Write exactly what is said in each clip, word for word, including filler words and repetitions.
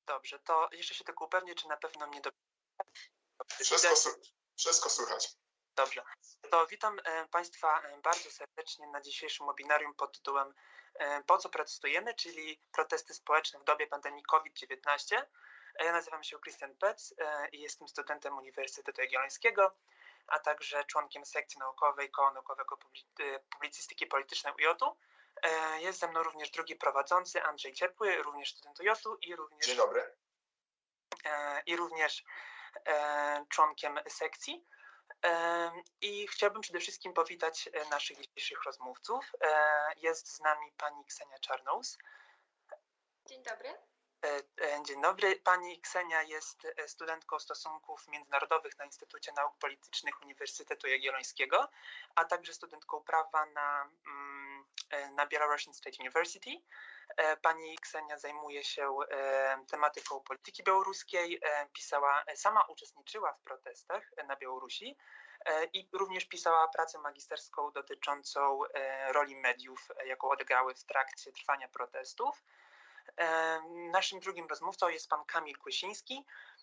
Dobrze, to jeszcze się tylko upewnię, czy na pewno mnie do... Wszystko, wszystko słychać. Dobrze, to witam Państwa bardzo serdecznie na dzisiejszym webinarium pod tytułem Po co protestujemy, czyli protesty społeczne w dobie pandemii COVID dziewiętnaście. Ja nazywam się Christian Pec i jestem studentem Uniwersytetu Jagiellońskiego, a także członkiem sekcji naukowej Koła Naukowego Publicystyki Politycznej U J u. Jest ze mną również drugi prowadzący, Andrzej Ciepły, również student U J u i również... Dzień dobry. I również członkiem sekcji. I chciałbym przede wszystkim powitać naszych dzisiejszych rozmówców. Jest z nami pani Ksenia Czarnous. Dzień dobry. Dzień dobry. Pani Ksenia jest studentką stosunków międzynarodowych na Instytucie Nauk Politycznych Uniwersytetu Jagiellońskiego, a także studentką prawa na, na Belarusian State University. Pani Ksenia zajmuje się tematyką polityki białoruskiej, pisała, sama uczestniczyła w protestach na Białorusi i również pisała pracę magisterską dotyczącą roli mediów, jaką odegrały w trakcie trwania protestów. Naszym drugim rozmówcą jest pan Kamil Kłysiński.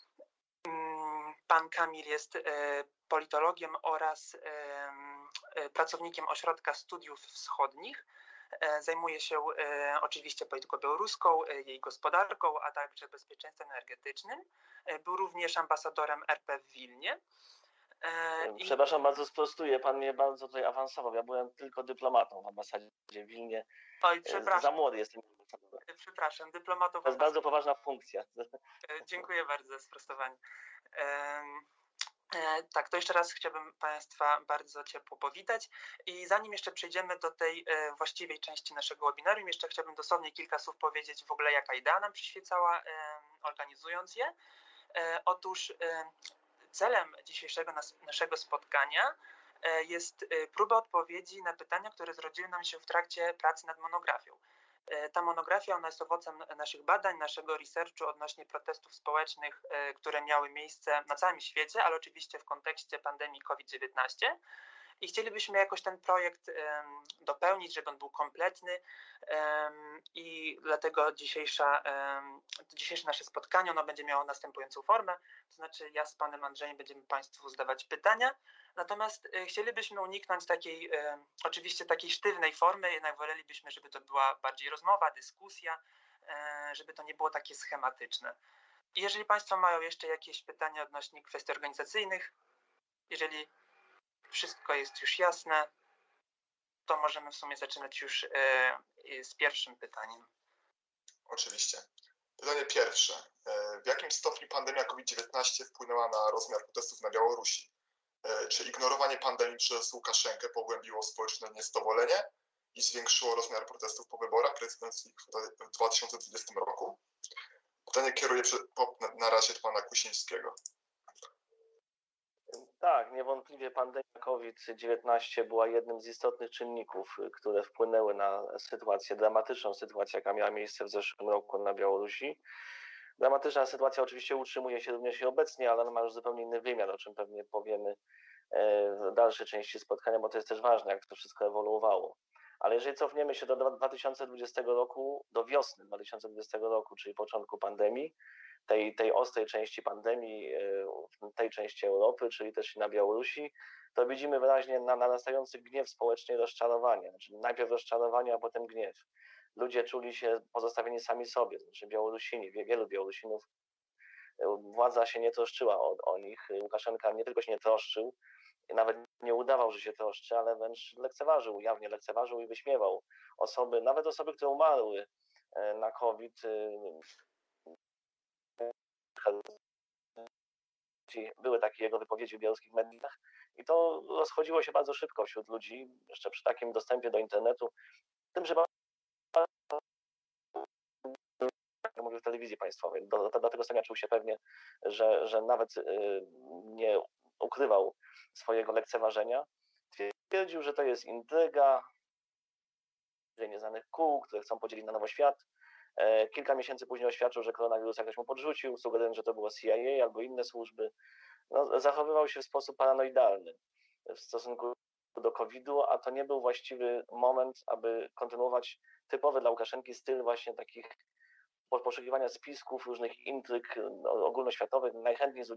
Pan Kamil jest politologiem oraz pracownikiem Ośrodka Studiów Wschodnich. Zajmuje się oczywiście polityką białoruską, jej gospodarką, a także bezpieczeństwem energetycznym. Był również ambasadorem R P w Wilnie. Przepraszam, bardzo sprostuję, pan mnie bardzo tutaj awansował. Ja byłem tylko dyplomatą w ambasadzie w Wilnie. Oj, przepraszam. Za młody jestem. Przepraszam, dyplomatą. To jest bardzo poważna funkcja. Dziękuję bardzo za sprostowanie. Tak, to jeszcze raz chciałbym Państwa bardzo ciepło powitać i zanim jeszcze przejdziemy do tej właściwej części naszego webinarium, jeszcze chciałbym dosłownie kilka słów powiedzieć w ogóle, jaka idea nam przyświecała, organizując je. Otóż celem dzisiejszego nas, naszego spotkania jest próba odpowiedzi na pytania, które zrodziły nam się w trakcie pracy nad monografią. Ta monografia, ona jest owocem naszych badań, naszego researchu odnośnie protestów społecznych, które miały miejsce na całym świecie, ale oczywiście w kontekście pandemii COVID dziewiętnaście. I chcielibyśmy jakoś ten projekt um, dopełnić, żeby on był kompletny um, i dlatego dzisiejsza, um, dzisiejsze nasze spotkanie ono będzie miało następującą formę, to znaczy ja z panem Andrzejem będziemy Państwu zadawać pytania, natomiast e, chcielibyśmy uniknąć takiej, e, oczywiście takiej sztywnej formy, jednak wolelibyśmy, żeby to była bardziej rozmowa, dyskusja, e, żeby to nie było takie schematyczne. I jeżeli Państwo mają jeszcze jakieś pytania odnośnie kwestii organizacyjnych, jeżeli wszystko jest już jasne, to możemy w sumie zaczynać już e, z pierwszym pytaniem. Oczywiście. Pytanie pierwsze. W jakim stopniu pandemia COVID dziewiętnaście wpłynęła na rozmiar protestów na Białorusi? Czy ignorowanie pandemii przez Łukaszenkę pogłębiło społeczne niezadowolenie i zwiększyło rozmiar protestów po wyborach prezydenckich w dwa tysiące dwudziestym roku? Pytanie kieruję na razie do pana Kusińskiego. Tak, niewątpliwie pandemia COVID dziewiętnaście była jednym z istotnych czynników, które wpłynęły na sytuację, dramatyczną sytuację, jaka miała miejsce w zeszłym roku na Białorusi. Dramatyczna sytuacja oczywiście utrzymuje się również i obecnie, ale ona ma już zupełnie inny wymiar, o czym pewnie powiemy w dalszej części spotkania, bo to jest też ważne, jak to wszystko ewoluowało. Ale jeżeli cofniemy się do dwa tysiące dwudziestego roku, do wiosny dwa tysiące dwudziestego roku, czyli początku pandemii, tej, tej ostrej części pandemii, w tej części Europy, czyli też i na Białorusi, to widzimy wyraźnie na narastający gniew społeczny i rozczarowanie. Znaczy najpierw rozczarowanie, a potem gniew. Ludzie czuli się pozostawieni sami sobie, znaczy Białorusini, wielu Białorusinów. Władza się nie troszczyła o, o nich. Łukaszenka nie tylko się nie troszczył, nawet nie udawał, że się troszczy, ale wręcz lekceważył, jawnie lekceważył i wyśmiewał osoby, nawet osoby, które umarły na COVID. Były takie jego wypowiedzi w białoruskich mediach i to rozchodziło się bardzo szybko wśród ludzi, jeszcze przy takim dostępie do internetu, tym, że mówił w telewizji państwowej. Do, do, do tego stopnia czuł się pewnie, że, że nawet y, nie ukrywał swojego lekceważenia. Twierdził, że to jest intryga nieznanych kół, które chcą podzielić na nowo świat. E, kilka miesięcy później oświadczył, że koronawirus jakoś mu podrzucił, sugerując, że to było C I A albo inne służby. No, zachowywał się w sposób paranoidalny w stosunku do kowida, a to nie był właściwy moment, aby kontynuować typowy dla Łukaszenki styl właśnie takich poszukiwania spisków, różnych intryg ogólnoświatowych, najchętniej z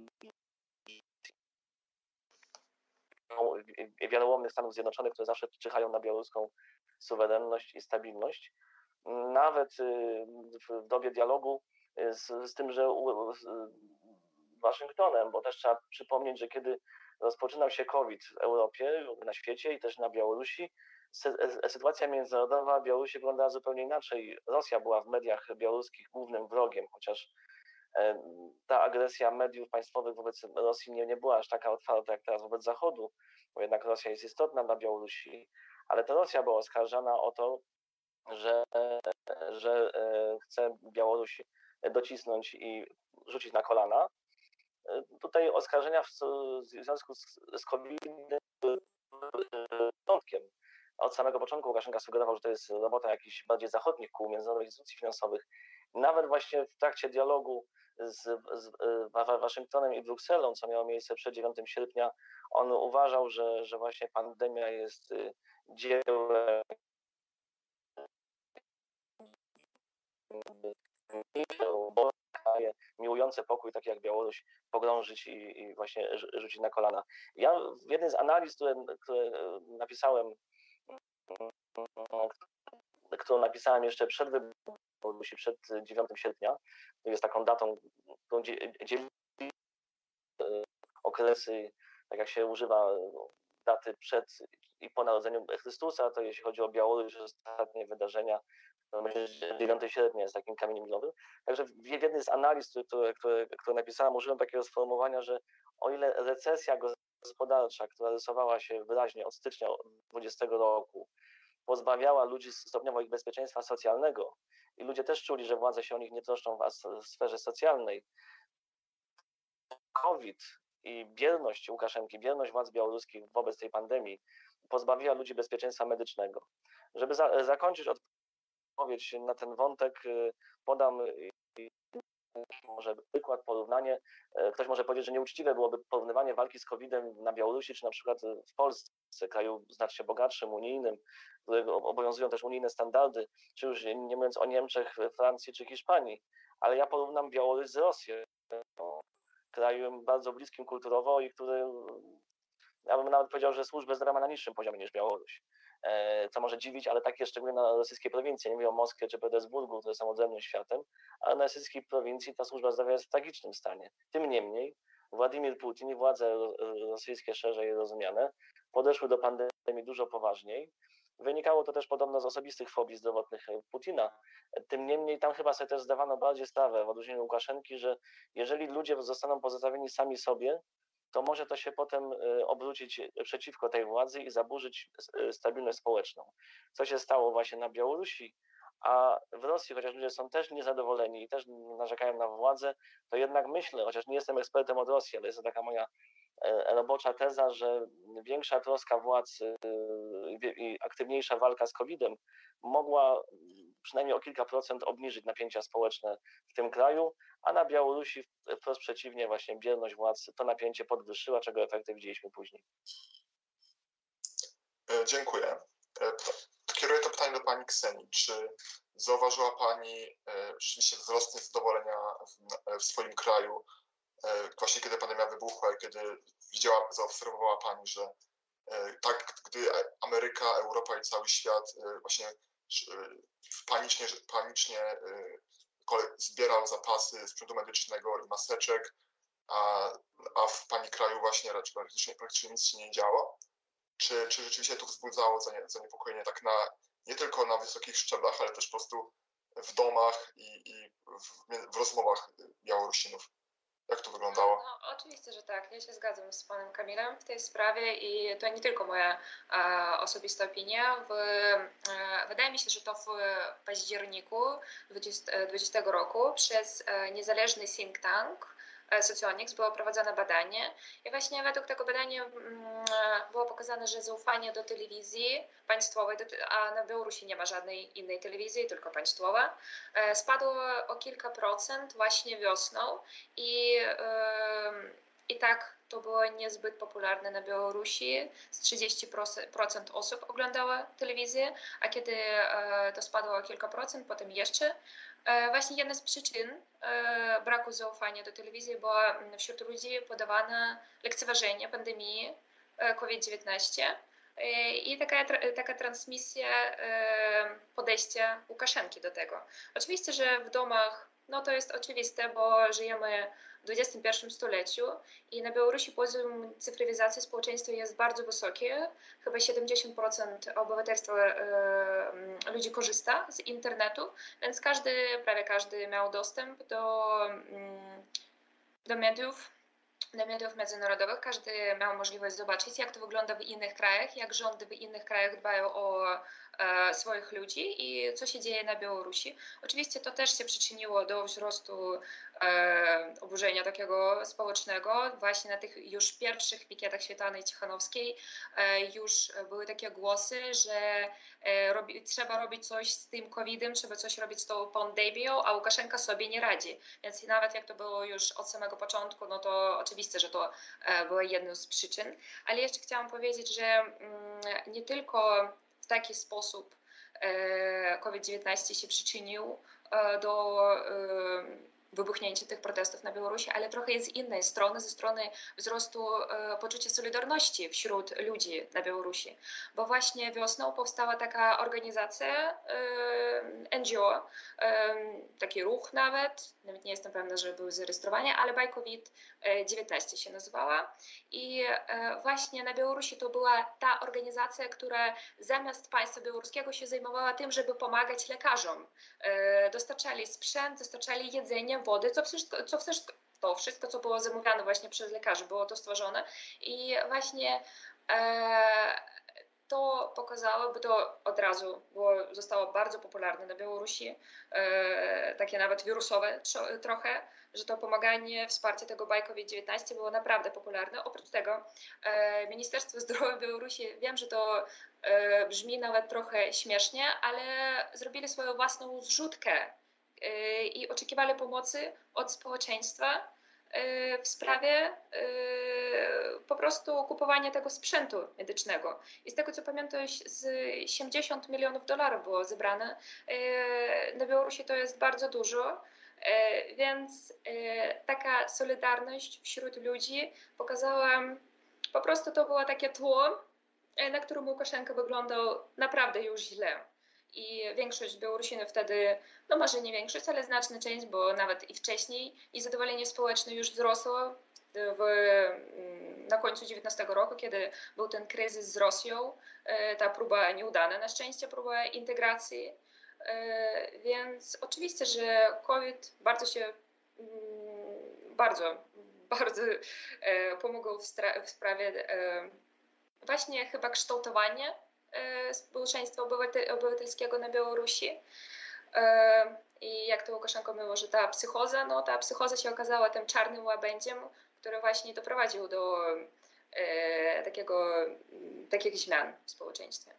wiaryłomnych Stanów Zjednoczonych, które zawsze czyhają na białoruską suwerenność i stabilność. Nawet w dobie dialogu z, z tymże Waszyngtonem, bo też trzeba przypomnieć, że kiedy rozpoczynał się COVID w Europie, na świecie i też na Białorusi, sytuacja międzynarodowa w Białorusi wyglądała zupełnie inaczej. Rosja była w mediach białoruskich głównym wrogiem, chociaż ta agresja mediów państwowych wobec Rosji nie, nie była aż taka otwarta jak teraz wobec Zachodu, bo jednak Rosja jest istotna dla Białorusi, ale to Rosja była oskarżana o to, że, że chce Białoruś docisnąć i rzucić na kolana. Tutaj oskarżenia w związku z, z kowidem były początkiem. Od samego początku Łukaszenka sugerował, że to jest robota jakichś bardziej zachodnich kół, międzynarodowych instytucji finansowych. Nawet właśnie w trakcie dialogu z, z Waszyngtonem i Brukselą, co miało miejsce przed dziewiątego sierpnia, on uważał, że, że właśnie pandemia jest dziełem kraje miłujące pokój, takie jak Białoruś, pogrążyć i, i właśnie rzucić na kolana. Ja w jednej z analiz, które, które napisałem, którą napisałem jeszcze przed wyborem, przed dziewiątego sierpnia, to jest taką datą, którą dzieli okresy, tak jak się używa daty przed i po narodzeniu Chrystusa, to jeśli chodzi o Białoruś, ostatnie wydarzenia, to myślę, że dziewiątego sierpnia jest takim kamieniem milowym. Także w jednej z analiz, które, które, które napisałem, użyłem takiego sformułowania, że o ile recesja gospodarcza, która rysowała się wyraźnie od stycznia dwudziestego roku, pozbawiała ludzi stopniowo ich bezpieczeństwa socjalnego i ludzie też czuli, że władze się o nich nie troszczą w sferze socjalnej, COVID i bierność Łukaszenki, bierność władz białoruskich wobec tej pandemii pozbawiła ludzi bezpieczeństwa medycznego. Żeby za, zakończyć odpowiedź na ten wątek, podam może przykład, porównanie. Ktoś może powiedzieć, że nieuczciwe byłoby porównywanie walki z kowidem na Białorusi, czy na przykład w Polsce, kraju znacznie bogatszym, unijnym, którego obowiązują też unijne standardy, czy już nie mówiąc o Niemczech, Francji czy Hiszpanii. Ale ja porównam Białoruś z Rosją, krajem bardzo bliskim kulturowo i który, ja bym nawet powiedział, że służbę zdrowia ma na niższym poziomie niż Białoruś. Co może dziwić, ale tak jest szczególnie na rosyjskiej prowincji. Nie mówię o Moskwie czy Petersburgu, które są odrębnym światem, ale na rosyjskiej prowincji ta służba zdrowia jest w tragicznym stanie. Tym niemniej Władimir Putin i władze rosyjskie szerzej rozumiane podeszły do pandemii dużo poważniej. Wynikało to też podobno z osobistych fobii zdrowotnych Putina. Tym niemniej tam chyba sobie też zdawano bardziej sprawę, w odróżnieniu od Łukaszenki, że jeżeli ludzie zostaną pozostawieni sami sobie, to może to się potem obrócić przeciwko tej władzy i zaburzyć stabilność społeczną. Co się stało właśnie na Białorusi, a w Rosji, chociaż ludzie są też niezadowoleni i też narzekają na władzę, to jednak myślę, chociaż nie jestem ekspertem od Rosji, ale jest to taka moja robocza teza, że większa troska władz i aktywniejsza walka z kowidem mogła przynajmniej o kilka procent obniżyć napięcia społeczne w tym kraju, a na Białorusi wprost przeciwnie, właśnie bierność władz to napięcie podwyższyła, czego efekty widzieliśmy później. Dziękuję. Kieruję to pytanie do pani Ksenii. Czy zauważyła pani rzeczywiście wzrost niezadowolenia w, w swoim kraju, właśnie kiedy pandemia wybuchła i kiedy widziała, zaobserwowała pani, że tak, gdy Ameryka, Europa i cały świat właśnie panicznie, panicznie zbierał zapasy sprzętu medycznego i maseczek, a, a w pani kraju właśnie raczej praktycznie, praktycznie nic się nie działo? Czy, czy rzeczywiście to wzbudzało zaniepokojenie tak na, nie tylko na wysokich szczeblach, ale też po prostu w domach i, i w, w rozmowach Białorusinów? Jak to wyglądało? No, oczywiście, że tak. Ja się zgadzam z panem Kamilem w tej sprawie i to nie tylko moja e, osobista opinia. W, e, wydaje mi się, że to w październiku dwudziestego roku przez e, niezależny think tank Socionics było prowadzone badanie i właśnie według tego badania mm, było pokazane, że zaufanie do telewizji państwowej, a na Białorusi nie ma żadnej innej telewizji, tylko państwowa, spadło o kilka procent właśnie wiosną i, i tak to było niezbyt popularne na Białorusi. Z trzydzieści procent osób oglądało telewizję, a kiedy to spadło o kilka procent, potem jeszcze Właśnie jedna z przyczyn braku zaufania do telewizji była wśród ludzi podawane lekceważenie pandemii COVID dziewiętnaście i taka, taka transmisja podejścia Łukaszenki do tego. Oczywiście, że w domach, no to jest oczywiste, bo żyjemy w dwudziestym pierwszym stuleciu i na Białorusi poziom cyfrywizacji społeczeństwa jest bardzo wysoki. Chyba siedemdziesiąt procent obywatelstwa ludzi korzysta z internetu, więc każdy, prawie każdy miał dostęp do, do mediów, do mediów międzynarodowych. Każdy miał możliwość zobaczyć, jak to wygląda w innych krajach, jak rządy w innych krajach dbają o e, swoich ludzi i co się dzieje na Białorusi. Oczywiście to też się przyczyniło do wzrostu e, oburzenia takiego społecznego. Właśnie na tych już pierwszych pikietach Świetlanej Cichanowskiej e, już były takie głosy, że e, robi, trzeba robić coś z tym kowidem, trzeba coś robić z tą pandemią, a Łukaszenka sobie nie radzi. Więc nawet jak to było już od samego początku, no to oczywiście, że to e, była jedną z przyczyn. Ale jeszcze chciałam powiedzieć, że mm, nie tylko w taki sposób e, COVID dziewiętnaście się przyczynił e, do e, wybuchnięcia tych protestów na Białorusi, ale trochę z innej strony, ze strony wzrostu e, poczucia solidarności wśród ludzi na Białorusi. Bo właśnie wiosną powstała taka organizacja e, N G O, e, taki ruch nawet, nawet nie jestem pewna, że były zarejestrowane, ale Buy COVID dziewiętnaście się nazywała. I e, właśnie na Białorusi to była ta organizacja, która zamiast państwa białoruskiego się zajmowała tym, żeby pomagać lekarzom. E, dostarczali sprzęt, dostarczali jedzenie, wody, co wszystko, co wszystko, to wszystko, co było zamówione właśnie przez lekarzy, było to stworzone. I właśnie e, to pokazało, bo to od razu było, zostało bardzo popularne na Białorusi, e, takie nawet wirusowe tro, trochę, że to pomaganie, wsparcie tego Buy COVID dziewiętnaście było naprawdę popularne. Oprócz tego e, Ministerstwo Zdrowia Białorusi, wiem, że to e, brzmi nawet trochę śmiesznie, ale zrobili swoją własną zrzutkę e, i oczekiwali pomocy od społeczeństwa e, w sprawie e, po prostu kupowania tego sprzętu medycznego. I z tego, co pamiętam, z siedemdziesiąt milionów dolarów było zebrane. E, na Białorusi to jest bardzo dużo. Więc taka solidarność wśród ludzi pokazała, po prostu to było takie tło, na którym Łukaszenka wyglądał naprawdę już źle. I większość Białorusinów wtedy, no może nie większość, ale znaczna część, bo nawet i wcześniej niezadowolenie społeczne już wzrosło w, na końcu dziewiętnastego roku, kiedy był ten kryzys z Rosją, ta próba nieudana na szczęście, próba integracji. Więc oczywiście, że COVID bardzo się, bardzo, bardzo pomógł w, w sprawie właśnie chyba kształtowania społeczeństwa obywatelskiego na Białorusi. I jak to Łukaszenko mówił, że ta psychoza, no ta psychoza się okazała tym czarnym łabędziem, który właśnie doprowadził do takiego, takich zmian w społeczeństwie.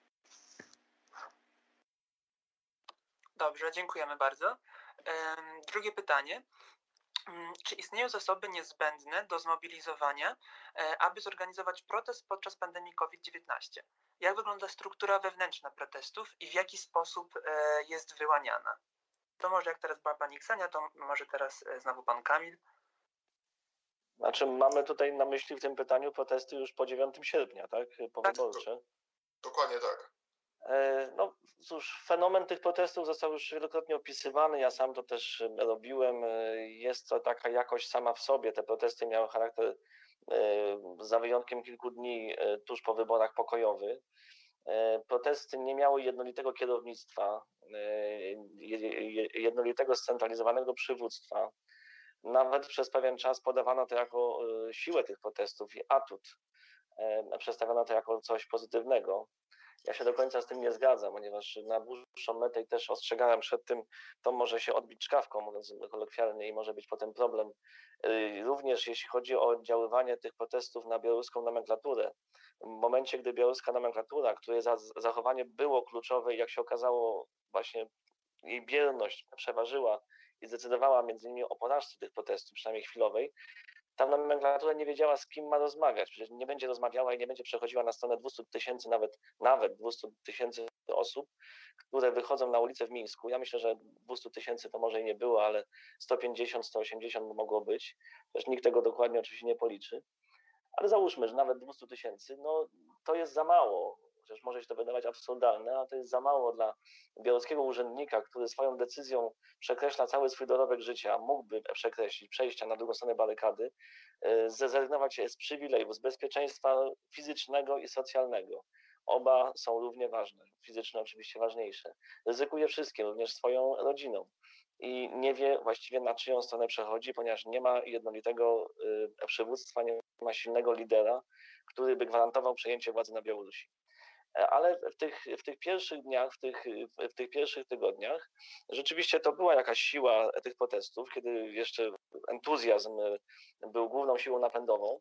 Dobrze, dziękujemy bardzo. Drugie pytanie. Czy istnieją zasoby niezbędne do zmobilizowania, aby zorganizować protest podczas pandemii COVID dziewiętnaście? Jak wygląda struktura wewnętrzna protestów i w jaki sposób jest wyłaniana? To może jak teraz była pani Ksenia, to może teraz znowu pan Kamil. Znaczy mamy tutaj na myśli w tym pytaniu protesty już po dziewiątego sierpnia, tak? Powyborcze. Dokładnie tak. No cóż, fenomen tych protestów został już wielokrotnie opisywany, ja sam to też robiłem. Jest to taka jakość sama w sobie. Te protesty miały charakter, za wyjątkiem kilku dni, tuż po wyborach pokojowy. Protesty nie miały jednolitego kierownictwa, jednolitego scentralizowanego przywództwa. Nawet przez pewien czas podawano to jako siłę tych protestów i atut. Przedstawiono to jako coś pozytywnego. Ja się do końca z tym nie zgadzam, ponieważ na dłuższą metę i też ostrzegałem przed tym, to może się odbić czkawką, mówiąc kolokwialnie, i może być potem problem. Również jeśli chodzi o oddziaływanie tych protestów na białoruską nomenklaturę. W momencie, gdy białoruska nomenklatura, której zachowanie było kluczowe i jak się okazało właśnie jej bierność przeważyła i zdecydowała między innymi o porażce tych protestów, przynajmniej chwilowej, ta nomenklatura nie wiedziała, z kim ma rozmawiać. Przecież nie będzie rozmawiała i nie będzie przechodziła na stronę dwieście tysięcy, nawet, nawet dwieście tysięcy osób, które wychodzą na ulicę w Mińsku. Ja myślę, że dwieście tysięcy to może i nie było, ale sto pięćdziesiąt, sto osiemdziesiąt mogło być. Też nikt tego dokładnie oczywiście nie policzy. Ale załóżmy, że nawet dwieście tysięcy, no to jest za mało. Chociaż może się to wydawać absurdalne, a to jest za mało dla białoruskiego urzędnika, który swoją decyzją przekreśla cały swój dorobek życia, mógłby przekreślić przejścia na drugą stronę barykady, zrezygnować z przywilejów, z bezpieczeństwa fizycznego i socjalnego. Oba są równie ważne, fizyczne oczywiście ważniejsze. Ryzykuje wszystkim, również swoją rodziną. I nie wie właściwie, na czyją stronę przechodzi, ponieważ nie ma jednolitego przywództwa, nie ma silnego lidera, który by gwarantował przejęcie władzy na Białorusi. Ale w tych, w tych pierwszych dniach, w tych, w tych pierwszych tygodniach rzeczywiście to była jakaś siła tych protestów, kiedy jeszcze entuzjazm był główną siłą napędową.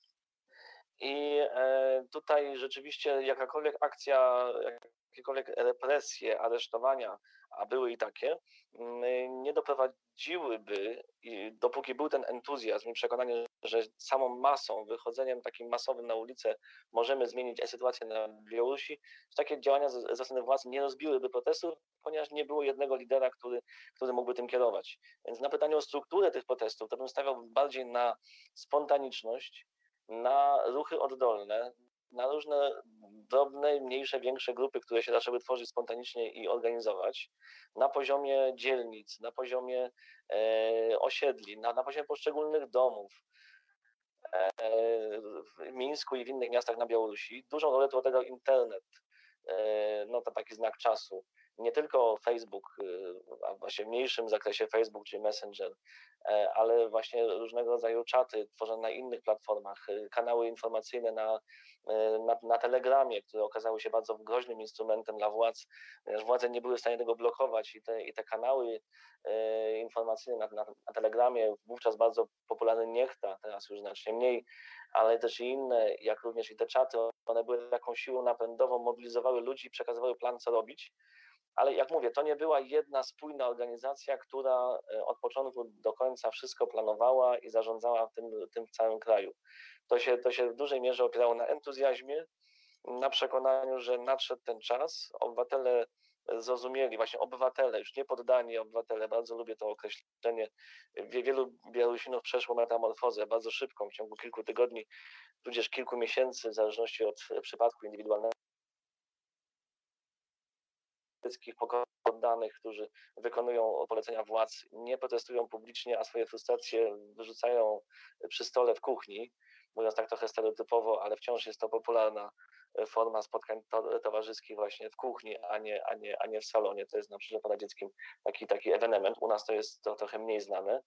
I tutaj rzeczywiście jakakolwiek akcja, jakiekolwiek represje, aresztowania, a były i takie, nie doprowadziłyby, dopóki był ten entuzjazm i przekonanie, że samą masą, wychodzeniem takim masowym na ulicę możemy zmienić sytuację na Białorusi, że takie działania ze strony władz nie rozbiłyby protestów, ponieważ nie było jednego lidera, który, który mógłby tym kierować. Więc na pytanie o strukturę tych protestów, to bym stawiał bardziej na spontaniczność, na ruchy oddolne, na różne drobne, mniejsze, większe grupy, które się zaczęły tworzyć spontanicznie i organizować na poziomie dzielnic, na poziomie e, osiedli, na, na poziomie poszczególnych domów e, w Mińsku i w innych miastach na Białorusi. Dużą rolę tu odegrał internet, e, no to taki znak czasu. Nie tylko Facebook, a właśnie w mniejszym zakresie Facebook czy Messenger, ale właśnie różnego rodzaju czaty tworzone na innych platformach, kanały informacyjne na, na, na Telegramie, które okazały się bardzo groźnym instrumentem dla władz, ponieważ władze nie były w stanie tego blokować i te, i te kanały informacyjne na, na, na Telegramie, wówczas bardzo popularny Niechta, teraz już znacznie mniej, ale też i inne, jak również i te czaty, one były taką siłą napędową, mobilizowały ludzi i przekazywały plan, co robić. Ale jak mówię, to nie była jedna spójna organizacja, która od początku do końca wszystko planowała i zarządzała w tym, tym całym kraju. To się, to się w dużej mierze opierało na entuzjazmie, na przekonaniu, że nadszedł ten czas. Obywatele zrozumieli, właśnie obywatele, już nie poddani obywatele, bardzo lubię to określenie. Wielu Białorusinów przeszło metamorfozę bardzo szybką, w ciągu kilku tygodni, tudzież kilku miesięcy, w zależności od przypadku indywidualnego. Poddanych, którzy wykonują polecenia władz, nie protestują publicznie, a swoje frustracje wyrzucają przy stole w kuchni, mówiąc tak trochę stereotypowo, ale wciąż jest to popularna forma spotkań to, towarzyskich właśnie w kuchni, a nie, a, nie, a nie w salonie. To jest na przykład paradzieckim taki, taki ewenement. U nas to jest to trochę mniej znane,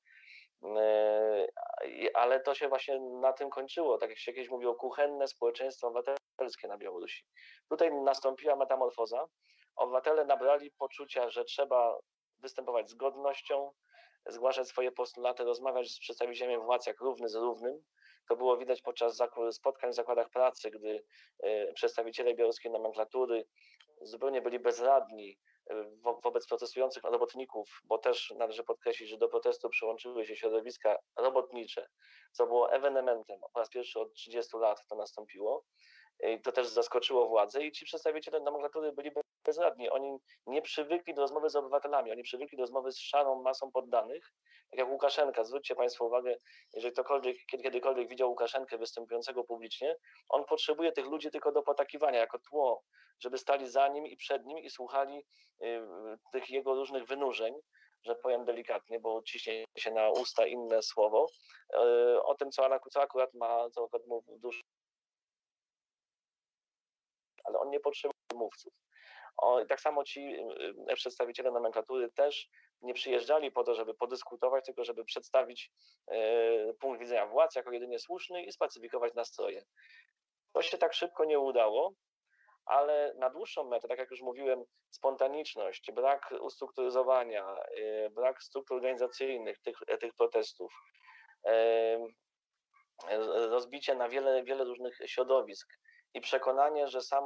ale to się właśnie na tym kończyło. Tak jak się kiedyś mówiło, kuchenne społeczeństwo obywatelskie na Białorusi. Tutaj nastąpiła metamorfoza. Obywatele nabrali poczucia, że trzeba występować z godnością, zgłaszać swoje postulaty, rozmawiać z przedstawicielem władz jak równy z równym. To było widać podczas spotkań w zakładach pracy, gdy przedstawiciele białoruskiej nomenklatury zupełnie byli bezradni wo wobec protestujących robotników, bo też należy podkreślić, że do protestu przyłączyły się środowiska robotnicze, co było ewenementem. Po raz pierwszy od trzydziestu lat to nastąpiło. I to też zaskoczyło władze i ci przedstawiciele nomenklatury byli bezradni. Oni nie przywykli do rozmowy z obywatelami, oni przywykli do rozmowy z szarą masą poddanych, tak jak Łukaszenka. Zwróćcie Państwo uwagę, jeżeli ktokolwiek kiedykolwiek widział Łukaszenkę występującego publicznie, on potrzebuje tych ludzi tylko do potakiwania, jako tło, żeby stali za nim i przed nim i słuchali y, tych jego różnych wynurzeń, że powiem delikatnie, bo ciśnie się na usta inne słowo, y, o tym, co, co akurat ma, co akurat mu w duszy. Ale on nie potrzebuje mówców. O, tak samo ci przedstawiciele nomenklatury też nie przyjeżdżali po to, żeby podyskutować, tylko żeby przedstawić e, punkt widzenia władz jako jedynie słuszny i spacyfikować nastroje. To się tak szybko nie udało, ale na dłuższą metę, tak jak już mówiłem, spontaniczność, brak ustrukturyzowania, e, brak struktur organizacyjnych tych, tych protestów, e, rozbicie na wiele, wiele różnych środowisk i przekonanie, że sam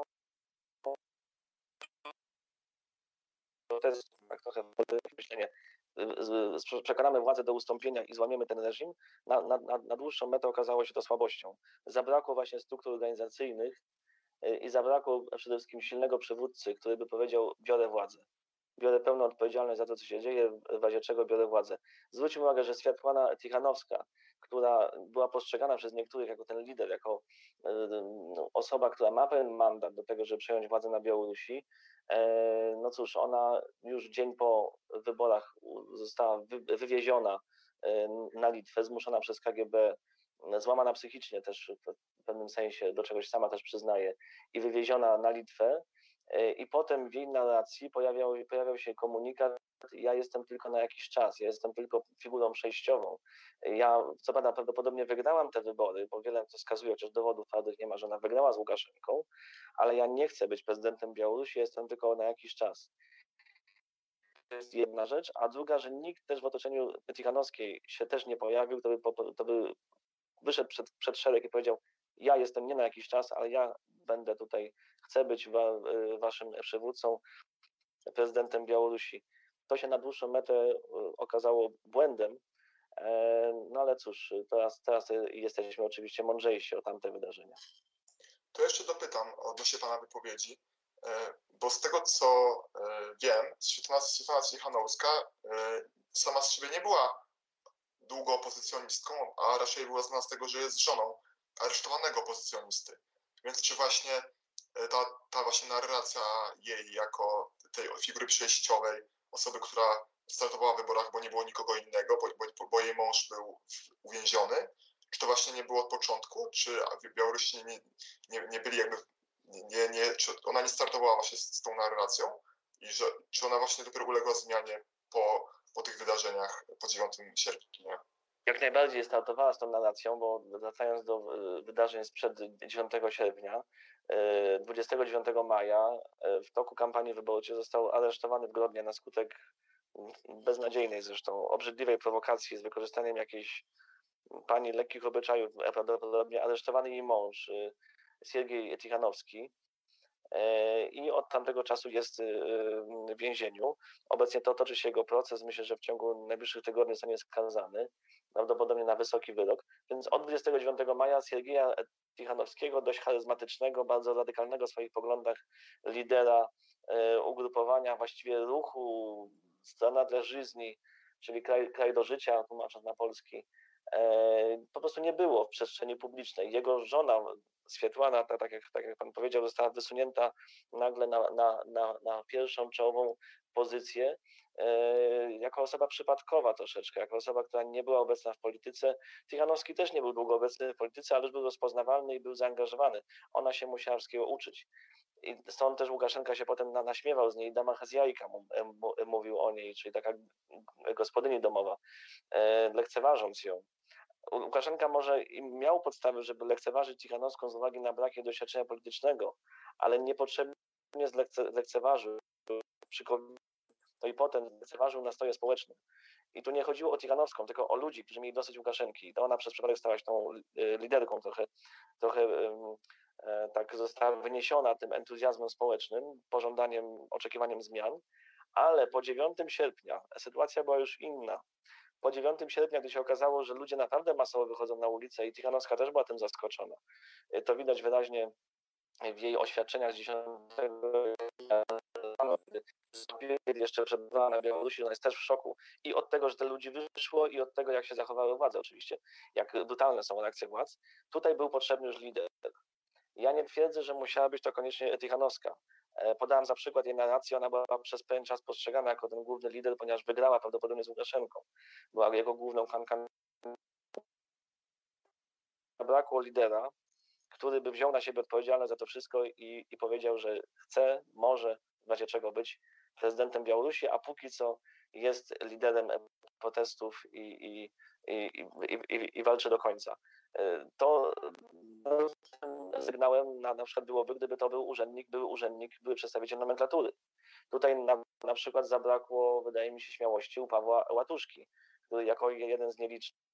protest, tak trochę myślenie, przekonamy władzę do ustąpienia i złamiemy ten reżim, na, na, na dłuższą metę okazało się to słabością. Zabrakło właśnie struktur organizacyjnych, i zabrakło przede wszystkim silnego przywódcy, który by powiedział: biorę władzę. Biorę pełną odpowiedzialność za to, co się dzieje, w razie czego biorę władzę. Zwróćmy uwagę, że Światłana Tichanowska, która była postrzegana przez niektórych jako ten lider, jako no, osoba, która ma pewien mandat do tego, żeby przejąć władzę na Białorusi, no cóż, ona już dzień po wyborach została wywieziona na Litwę, zmuszona przez K G B, złamana psychicznie też w pewnym sensie, do czegoś sama też przyznaje, i wywieziona na Litwę. I potem w jej narracji pojawiał, pojawiał się komunikat: ja jestem tylko na jakiś czas, ja jestem tylko figurą przejściową. Ja co prawda prawdopodobnie wygrałam te wybory, bo wiele to wskazuje, chociaż dowodów twardych nie ma, że ona wygrała z Łukaszenką, ale ja nie chcę być prezydentem Białorusi, jestem tylko na jakiś czas. To jest jedna rzecz, a druga, że nikt też w otoczeniu Tichanowskiej się też nie pojawił, to by, to by wyszedł przed, przed szereg i powiedział: ja jestem nie na jakiś czas, ale ja będę tutaj, chcę być wa, waszym przywódcą, prezydentem Białorusi. To się na dłuższą metę okazało błędem, no ale cóż, teraz, teraz jesteśmy oczywiście mądrzejsi o tamte wydarzenia. To jeszcze dopytam odnośnie pana wypowiedzi, bo z tego co wiem, Świetlana Tichanowska sama z siebie nie była długo opozycjonistką, a raczej była znana z tego, że jest żoną aresztowanego opozycjonisty. Więc czy właśnie ta, ta właśnie narracja jej jako tej figury przejściowej, osoby, która startowała w wyborach, bo nie było nikogo innego, bo, bo, bo jej mąż był uwięziony, czy to właśnie nie było od początku, czy Białorusini nie, nie, nie byli jakby, nie, nie, czy ona nie startowała właśnie z, z tą narracją i że, czy ona właśnie dopiero uległa zmianie po, po tych wydarzeniach po dziewiątego sierpnia? Jak najbardziej startowała z tą narracją, bo wracając do wydarzeń sprzed dziewiątego sierpnia, dwudziestego dziewiątego maja w toku kampanii wyborczej został aresztowany w Grodnie na skutek beznadziejnej zresztą, obrzydliwej prowokacji z wykorzystaniem jakiejś pani lekkich obyczajów, prawdopodobnie aresztowany jej mąż, Siergiej Tichanowski, i od tamtego czasu jest w więzieniu. Obecnie to toczy się jego proces. Myślę, że w ciągu najbliższych tygodni zostanie skazany, prawdopodobnie na wysoki wyrok. Więc od dwudziestego dziewiątego maja Siergieja Tichanowskiego, dość charyzmatycznego, bardzo radykalnego w swoich poglądach lidera ugrupowania, właściwie ruchu Strona dla Żyzni, czyli kraj, kraj do życia, tłumacząc na polski, po prostu nie było w przestrzeni publicznej. Jego żona Światłana, tak, tak, jak, tak jak pan powiedział, została wysunięta nagle na, na, na, na pierwszą czołową pozycję e, jako osoba przypadkowa troszeczkę, jako osoba, która nie była obecna w polityce. Tichanowski też nie był długo obecny w polityce, ale już był rozpoznawalny i był zaangażowany. Ona się musiała wszystkiego uczyć. I stąd też Łukaszenka się potem na, naśmiewał z niej, dama chazjajka mówił o niej, czyli taka gospodyni domowa, e, lekceważąc ją. Łukaszenka może miał podstawy, żeby lekceważyć Tichanowską z uwagi na brak jej doświadczenia politycznego, ale niepotrzebnie zlekce, zlekceważył przy to i potem lekceważył nastroje społeczne. I tu nie chodziło o Tichanowską, tylko o ludzi, którzy mieli dosyć Łukaszenki. To ona przez przypadek stała się tą liderką, trochę, trochę tak została wyniesiona tym entuzjazmem społecznym, pożądaniem, oczekiwaniem zmian, ale po dziewiątego sierpnia sytuacja była już inna. Po dziewiątego sierpnia, gdy się okazało, że ludzie naprawdę masowo wychodzą na ulicę i Tichanowska też była tym zaskoczona. To widać wyraźnie w jej oświadczeniach z dziesiątego kiedy jeszcze przebywała na Białorusi, ona jest też w szoku i od tego, że te ludzi wyszło, i od tego, jak się zachowały władze oczywiście, jak brutalne są reakcje władz. Tutaj był potrzebny już lider. Ja nie twierdzę, że musiała być to koniecznie Tichanowska. Podałem za przykład jej narrację, ona była przez pewien czas postrzegana jako ten główny lider, ponieważ wygrała prawdopodobnie z Łukaszenką. Była jego główną kandydatką. Brakło lidera, który by wziął na siebie odpowiedzialność za to wszystko i, i powiedział, że chce, może w razie czego być prezydentem Białorusi, a póki co jest liderem protestów i, i, i, i, i, i walczy do końca. To sygnałem na, na przykład byłoby, gdyby to był urzędnik, był urzędnik, były przedstawiciel nomenklatury. Tutaj na, na przykład zabrakło, wydaje mi się, śmiałości u Pawła Łatuszki, który jako jeden z nielicznych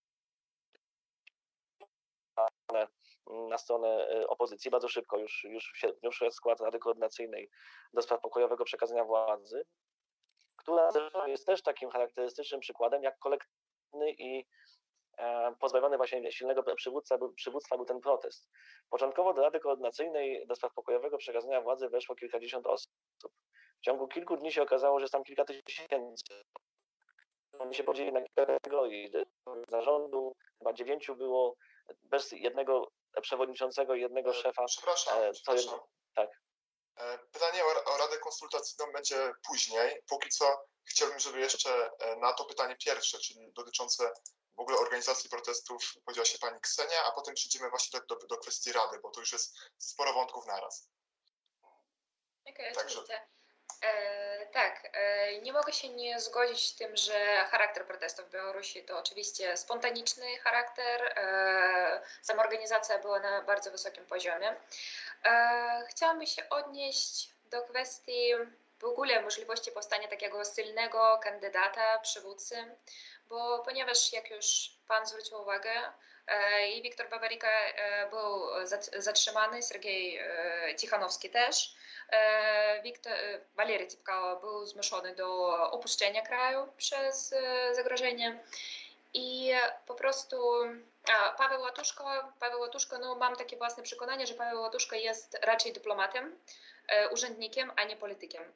na stronę opozycji, bardzo szybko, już, już w sierpniu wszedł skład Rady Koordynacyjnej do spraw pokojowego przekazania władzy, która jest też takim charakterystycznym przykładem, jak kolektywny i pozbawiony właśnie silnego przywódca, przywództwa był ten protest. Początkowo do Rady Koordynacyjnej do spraw pokojowego przekazania władzy weszło kilkadziesiąt osób. W ciągu kilku dni się okazało, że jest tam kilka tysięcy. Oni się podzielili na kilka kategorii zarządu, chyba dziewięciu było, bez jednego przewodniczącego i jednego szefa. Przepraszam, to przepraszam. Jest, tak. Pytanie o, o Radę Konsultacyjną będzie później. Póki co chciałbym, żeby jeszcze na to pytanie pierwsze, czyli dotyczące w ogóle organizacji protestów, powiedziała się pani Ksenia, a potem przejdziemy właśnie do, do, do kwestii Rady, bo to już jest sporo wątków naraz. Okej, okay, Także... oczywiście. E, tak, e, nie mogę się nie zgodzić z tym, że charakter protestów w Białorusi to oczywiście spontaniczny charakter, e, sama organizacja była na bardzo wysokim poziomie. E, chciałabym się odnieść do kwestii w ogóle możliwości powstania takiego silnego kandydata, przywódcy, bo ponieważ jak już Pan zwrócił uwagę, e, i Wiktor Babaryka e, był zatrzymany, Sergiej e, Tichanowski też, e, Wiktor, e, Walery Cipkało był zmuszony do opuszczenia kraju przez e, zagrożenie i po prostu a, Paweł Łatuszko, Paweł Łatuszko, no mam takie własne przekonanie, że Paweł Łatuszko jest raczej dyplomatem, e, urzędnikiem, a nie politykiem.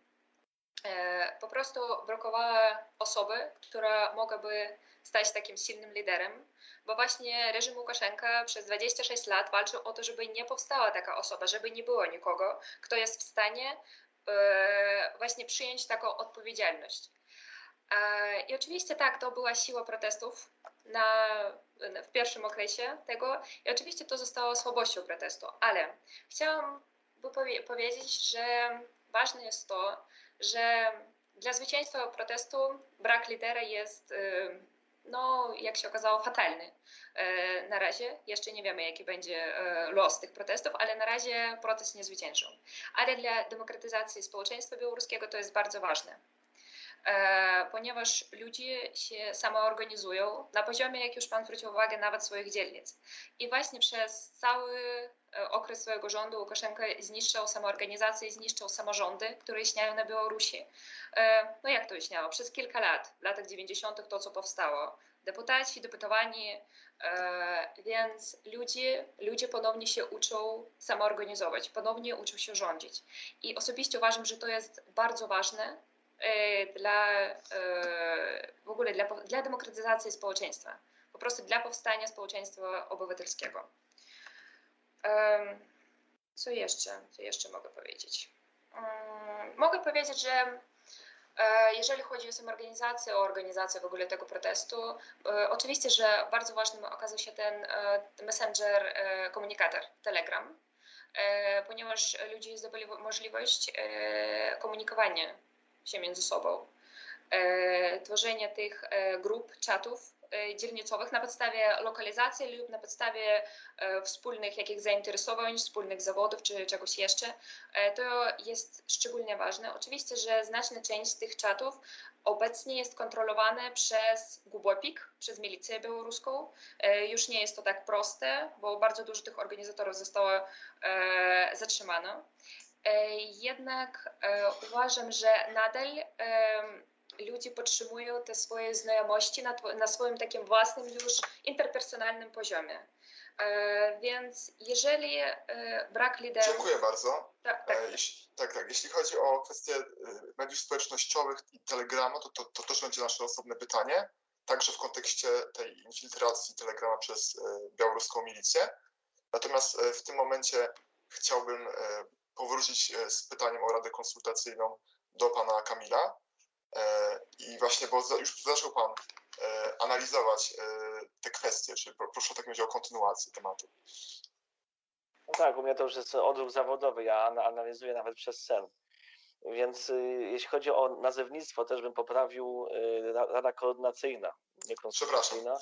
Po prostu brakowała osoby, która mogłaby stać takim silnym liderem, bo właśnie reżim Łukaszenka przez dwadzieścia sześć lat walczył o to, żeby nie powstała taka osoba, żeby nie było nikogo, kto jest w stanie właśnie przyjąć taką odpowiedzialność. I oczywiście tak, to była siła protestów na, w pierwszym okresie tego i oczywiście to zostało słabością protestu, ale chciałam by powiedzieć, że ważne jest to, że dla zwycięstwa protestu brak lidera jest, no, jak się okazało, fatalny. Na razie jeszcze nie wiemy, jaki będzie los tych protestów, ale na razie protest nie zwyciężył. Ale dla demokratyzacji społeczeństwa białoruskiego to jest bardzo ważne, ponieważ ludzie się samoorganizują na poziomie, jak już Pan zwrócił uwagę, nawet swoich dzielnic. I właśnie przez cały okres swojego rządu Łukaszenka zniszczył samoorganizację, zniszczył samorządy, które istniały na Białorusi. No jak to istniało? Przez kilka lat, w latach dziewięćdziesiątych to, co powstało. Deputaci, deputowani, więc ludzie, ludzie ponownie się uczą samoorganizować, ponownie uczą się rządzić. I osobiście uważam, że to jest bardzo ważne dla w ogóle dla, dla demokratyzacji społeczeństwa, po prostu dla powstania społeczeństwa obywatelskiego. Co jeszcze? Co jeszcze mogę powiedzieć? Mogę powiedzieć, że jeżeli chodzi o samoorganizację, o organizację w ogóle tego protestu, oczywiście, że bardzo ważnym okazał się ten messenger, komunikator, Telegram, ponieważ ludzie zdobyli możliwość komunikowania się między sobą, tworzenie tych grup, czatów dzielnicowych na podstawie lokalizacji lub na podstawie wspólnych jakichś zainteresowań, wspólnych zawodów czy czegoś jeszcze. To jest szczególnie ważne. Oczywiście, że znaczna część tych czatów obecnie jest kontrolowana przez Głupopik, przez milicję białoruską. Już nie jest to tak proste, bo bardzo dużo tych organizatorów zostało zatrzymano. Jednak uważam, że nadal ludzie podtrzymują te swoje znajomości na, na swoim takim własnym już interpersonalnym poziomie. E, więc jeżeli e, brak liderów... Dziękuję bardzo. Tak, tak. E, jeśli, tak, tak. Jeśli chodzi o kwestię mediów społecznościowych i Telegrama, to, to, to też będzie nasze osobne pytanie, także w kontekście tej infiltracji Telegrama przez e, białoruską milicję. Natomiast e, w tym momencie chciałbym e, powrócić e, z pytaniem o Radę Konsultacyjną do pana Kamila. I właśnie, bo już zaczął Pan analizować te kwestie, czy proszę tak będzie o kontynuację tematu. No tak, u mnie to już jest odruch zawodowy, ja analizuję nawet przez sen. Więc jeśli chodzi o nazewnictwo, też bym poprawił Rada Koordynacyjna, nie konsultacyjna.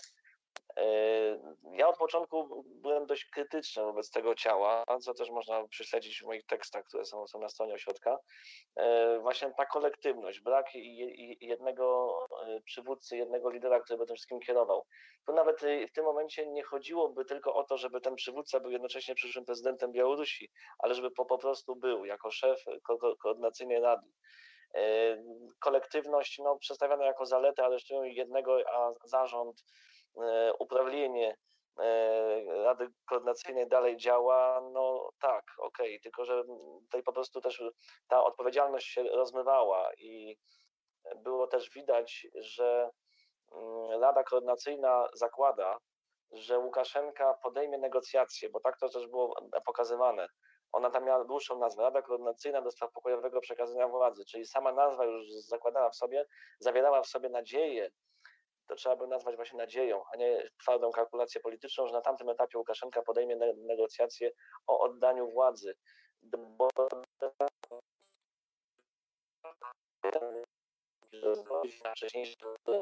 Ja od początku byłem dość krytyczny wobec tego ciała, co też można prześledzić w moich tekstach, które są, są na stronie ośrodka. Właśnie ta kolektywność, brak jednego przywódcy, jednego lidera, który by tym wszystkim kierował. Tu nawet w tym momencie nie chodziłoby tylko o to, żeby ten przywódca był jednocześnie przyszłym prezydentem Białorusi, ale żeby po, po prostu był jako szef ko ko koordynacyjnej rady. Kolektywność no, przedstawiana jako zaletę, ale jeszcze jednego, a zarząd uprawnienie Rady Koordynacyjnej dalej działa, no tak, okej, okay. Tylko że tutaj po prostu też ta odpowiedzialność się rozmywała i było też widać, że Rada Koordynacyjna zakłada, że Łukaszenka podejmie negocjacje, bo tak to też było pokazywane. Ona tam miała dłuższą nazwę, Rada Koordynacyjna do spraw pokojowego przekazania władzy, czyli sama nazwa już zakładała w sobie, zawierała w sobie nadzieję, to trzeba by nazwać właśnie nadzieją, a nie twardą kalkulację polityczną, że na tamtym etapie Łukaszenka podejmie negocjacje o oddaniu władzy. Bo wcześniejsze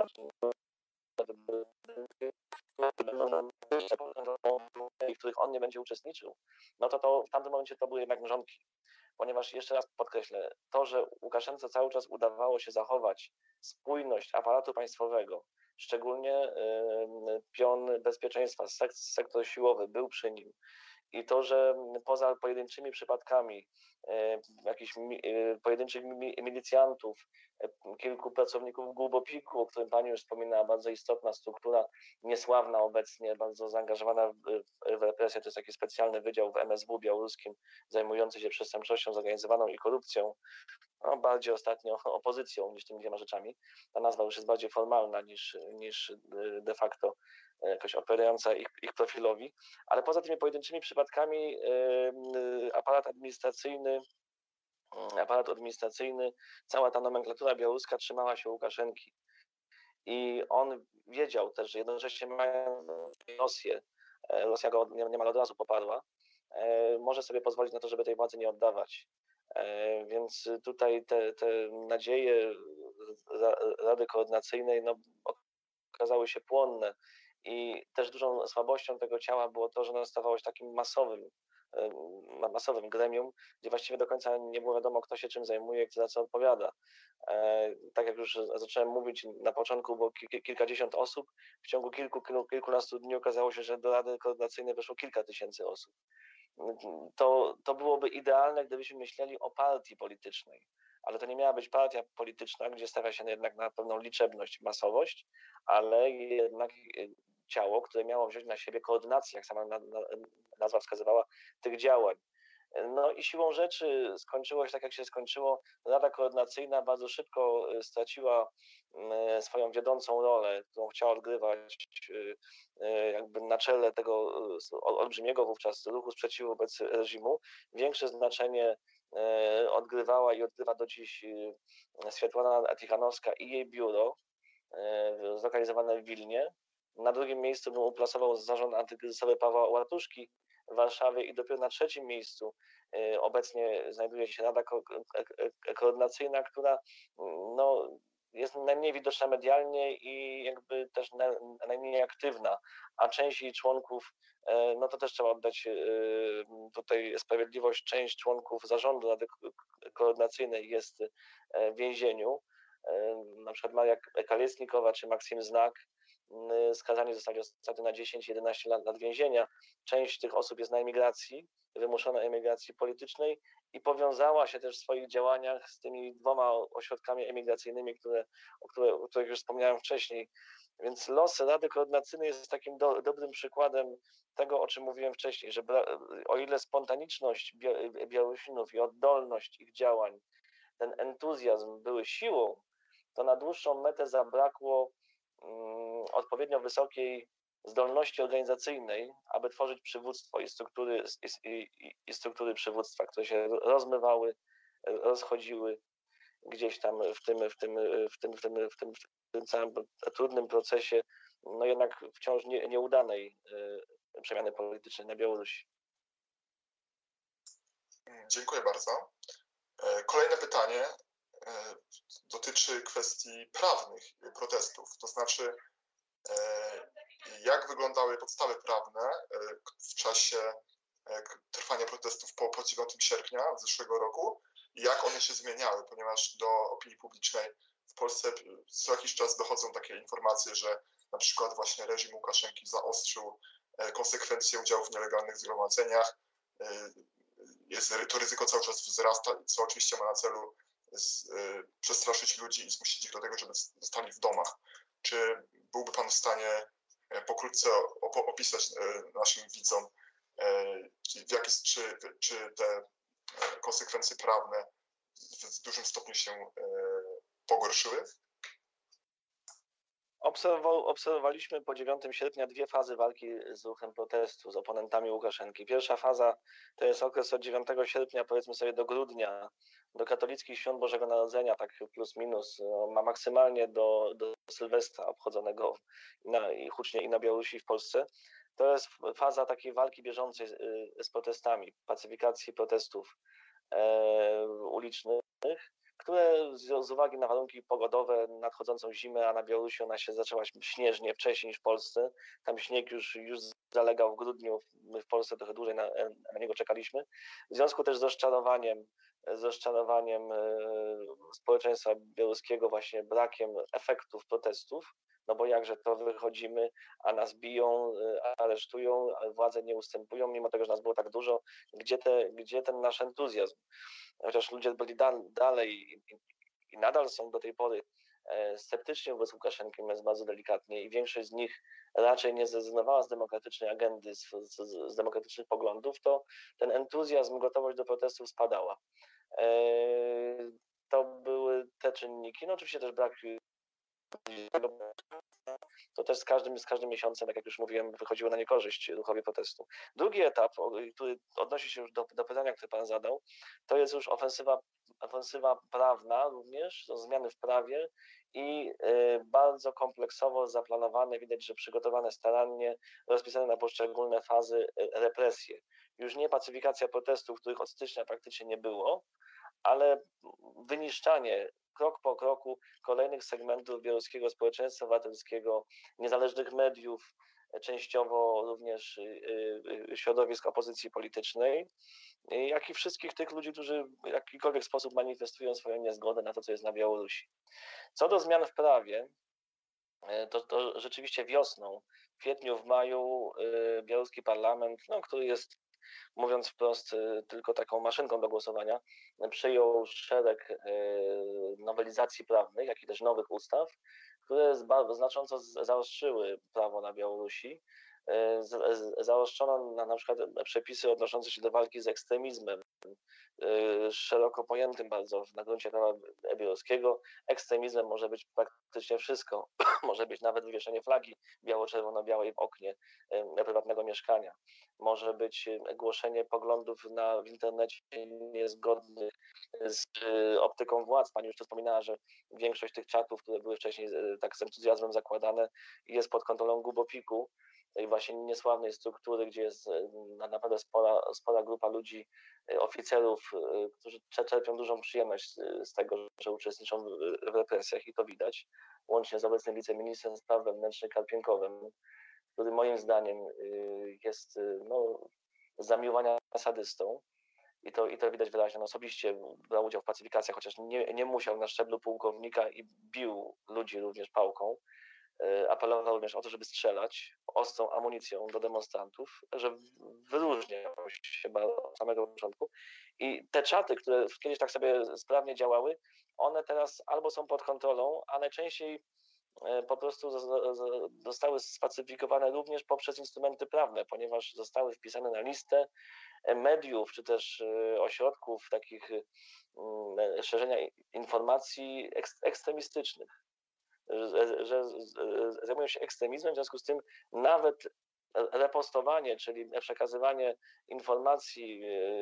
w których on nie będzie uczestniczył, no to, to w tamtym momencie to były jednak mrzonki. Ponieważ jeszcze raz podkreślę, to, że Łukaszence cały czas udawało się zachować spójność aparatu państwowego, szczególnie pion bezpieczeństwa, sektor siłowy był przy nim, i to, że poza pojedynczymi przypadkami jakichś pojedynczych milicjantów, kilku pracowników Głubopiku, o którym pani już wspominała, bardzo istotna struktura, niesławna obecnie, bardzo zaangażowana w, w represję, to jest taki specjalny wydział w M S W białoruskim zajmujący się przestępczością zorganizowaną i korupcją, no, bardziej ostatnio opozycją niż tymi dwiema rzeczami. Ta nazwa już jest bardziej formalna niż, niż de facto jakoś operująca ich, ich profilowi, ale poza tymi pojedynczymi przypadkami yy, aparat administracyjny, yy, aparat administracyjny, cała ta nomenklatura białoruska trzymała się Łukaszenki. I on wiedział też, że jednocześnie mając Rosję, Rosja go niemal od razu poparła, yy, może sobie pozwolić na to, żeby tej władzy nie oddawać. Yy, więc tutaj te, te nadzieje Rady Koordynacyjnej no, okazały się płonne. I też dużą słabością tego ciała było to, że ono stawało się takim masowym, masowym gremium, gdzie właściwie do końca nie było wiadomo, kto się czym zajmuje, kto za co odpowiada. Tak jak już zacząłem mówić, na początku było kilkadziesiąt osób, w ciągu kilku, kilkunastu dni okazało się, że do Rady Koordynacyjnej weszło kilka tysięcy osób. To, to byłoby idealne, gdybyśmy myśleli o partii politycznej, ale to nie miała być partia polityczna, gdzie stawia się jednak na pewną liczebność, masowość, ale jednak ciało, które miało wziąć na siebie koordynację, jak sama nazwa wskazywała, tych działań. No i siłą rzeczy skończyło się tak, jak się skończyło. Rada Koordynacyjna bardzo szybko straciła swoją wiodącą rolę, którą chciała odgrywać jakby na czele tego olbrzymiego wówczas ruchu sprzeciwu wobec reżimu. Większe znaczenie odgrywała i odgrywa do dziś Swiatłana Tichanowska i jej biuro zlokalizowane w Wilnie. Na drugim miejscu bym uplasował zarząd antykryzysowy Pawła Łatuszki w Warszawie i dopiero na trzecim miejscu obecnie znajduje się Rada Ko- Koordynacyjna, która no, jest najmniej widoczna medialnie i jakby też na, najmniej aktywna, a część jej członków, no to też trzeba oddać tutaj sprawiedliwość, część członków zarządu Rady Koordynacyjnej jest w więzieniu, na przykład Maria Kaliecnikowa czy Maksim Znak, skazani zostali ostatnio na dziesięć jedenaście lat, lat więzienia. Część tych osób jest na emigracji, wymuszona emigracji politycznej i powiązała się też w swoich działaniach z tymi dwoma ośrodkami emigracyjnymi, które, o, które, o których już wspomniałem wcześniej. Więc los Rady Koordynacyjnej jest takim do, dobrym przykładem tego, o czym mówiłem wcześniej, że o ile spontaniczność Białorusinów i oddolność ich działań, ten entuzjazm były siłą, to na dłuższą metę zabrakło um, odpowiednio wysokiej zdolności organizacyjnej, aby tworzyć przywództwo i struktury, i, i, i struktury przywództwa, które się rozmywały, rozchodziły gdzieś tam w tym, w tym, w tym, w tym, w tym, w tym całym trudnym procesie, no jednak wciąż nie, nieudanej przemiany politycznej na Białorusi. Dziękuję bardzo. Kolejne pytanie dotyczy kwestii prawnych protestów, to znaczy jak wyglądały podstawy prawne w czasie trwania protestów po, po dziewiątego sierpnia zeszłego roku i jak one się zmieniały, ponieważ do opinii publicznej w Polsce co jakiś czas dochodzą takie informacje, że na przykład właśnie reżim Łukaszenki zaostrzył konsekwencje udziału w nielegalnych zgromadzeniach. Jest, to ryzyko cały czas wzrasta, co oczywiście ma na celu z, przestraszyć ludzi i zmusić ich do tego, żeby zostali w domach. Czy byłby Pan w stanie pokrótce opisać naszym widzom, w jaki, czy, czy te konsekwencje prawne w dużym stopniu się pogorszyły? Obserwowaliśmy po dziewiątego sierpnia dwie fazy walki z ruchem protestu, z oponentami Łukaszenki. Pierwsza faza to jest okres od dziewiątego sierpnia, powiedzmy sobie do grudnia, do katolickich świąt Bożego Narodzenia, tak plus minus, ma maksymalnie do, do Sylwestra obchodzonego na, i hucznie i na Białorusi, i w Polsce. To jest faza takiej walki bieżącej z, z protestami, pacyfikacji protestów e, ulicznych, które z, z uwagi na warunki pogodowe, nadchodzącą zimę, a na Białorusi ona się zaczęła śnieżnie wcześniej niż w Polsce. Tam śnieg już, już zalegał w grudniu, my w Polsce trochę dłużej na, na niego czekaliśmy. W związku też z rozczarowaniem, z rozczarowaniem społeczeństwa białoruskiego właśnie brakiem efektów protestów, no bo jakże to wychodzimy, a nas biją, aresztują, a władze nie ustępują, mimo tego, że nas było tak dużo, gdzie, te, gdzie ten nasz entuzjazm? Chociaż ludzie byli da, dalej i, i nadal są do tej pory e, sceptyczni wobec Łukaszenki, mówiąc bardzo delikatnie, i większość z nich raczej nie zrezygnowała z demokratycznej agendy, z, z, z demokratycznych poglądów, to ten entuzjazm, gotowość do protestów spadała. E, to były te czynniki, no oczywiście też brak to też z każdym, z każdym miesiącem, tak jak już mówiłem, wychodziło na niekorzyść ruchowi protestu. Drugi etap, który odnosi się już do, do pytania, które pan zadał, to jest już ofensywa, ofensywa prawna również, to zmiany w prawie i y, bardzo kompleksowo zaplanowane, widać, że przygotowane starannie, rozpisane na poszczególne fazy y, represje. Już nie pacyfikacja protestów, których od stycznia praktycznie nie było, ale wyniszczanie krok po kroku kolejnych segmentów białoruskiego społeczeństwa obywatelskiego, niezależnych mediów, częściowo również środowisk opozycji politycznej, jak i wszystkich tych ludzi, którzy w jakikolwiek sposób manifestują swoją niezgodę na to, co jest na Białorusi. Co do zmian w prawie, to, to rzeczywiście wiosną, w kwietniu, w maju białoruski parlament, no, który jest, mówiąc wprost, tylko taką maszynką do głosowania, przyjął szereg nowelizacji prawnych, jak i też nowych ustaw, które znacząco zaostrzyły prawo na Białorusi. Zaostrzono na, na przykład przepisy odnoszące się do walki z ekstremizmem, szeroko pojętym bardzo na gruncie prawa białoruskiego. Ekstremizmem może być praktycznie wszystko. Może być nawet wywieszenie flagi biało-czerwono-białej w oknie prywatnego mieszkania. Może być głoszenie poglądów na, w internecie niezgodnych z optyką władz. Pani już tu wspominała, że większość tych czatów, które były wcześniej tak z entuzjazmem zakładane, jest pod kontrolą Gubopiku, tej właśnie niesławnej struktury, gdzie jest naprawdę spora, spora grupa ludzi, oficerów, którzy czerpią dużą przyjemność z tego, że uczestniczą w represjach i to widać, łącznie z obecnym wiceministrem spraw wewnętrznych Karpienkowym, który moim zdaniem jest no, z zamiłowania sadystą. I to, I to widać wyraźnie. On osobiście brał udział w pacyfikacjach, chociaż nie, nie musiał na szczeblu pułkownika i bił ludzi również pałką. Apelował również o to, żeby strzelać ostrą amunicją do demonstrantów, że wyróżniał się od samego początku. I te czaty, które kiedyś tak sobie sprawnie działały, one teraz albo są pod kontrolą, a najczęściej po prostu zostały spacyfikowane również poprzez instrumenty prawne, ponieważ zostały wpisane na listę mediów, czy też ośrodków takich szerzenia informacji ekstremistycznych, że, że zajmują się ekstremizmem, w związku z tym nawet repostowanie, czyli przekazywanie informacji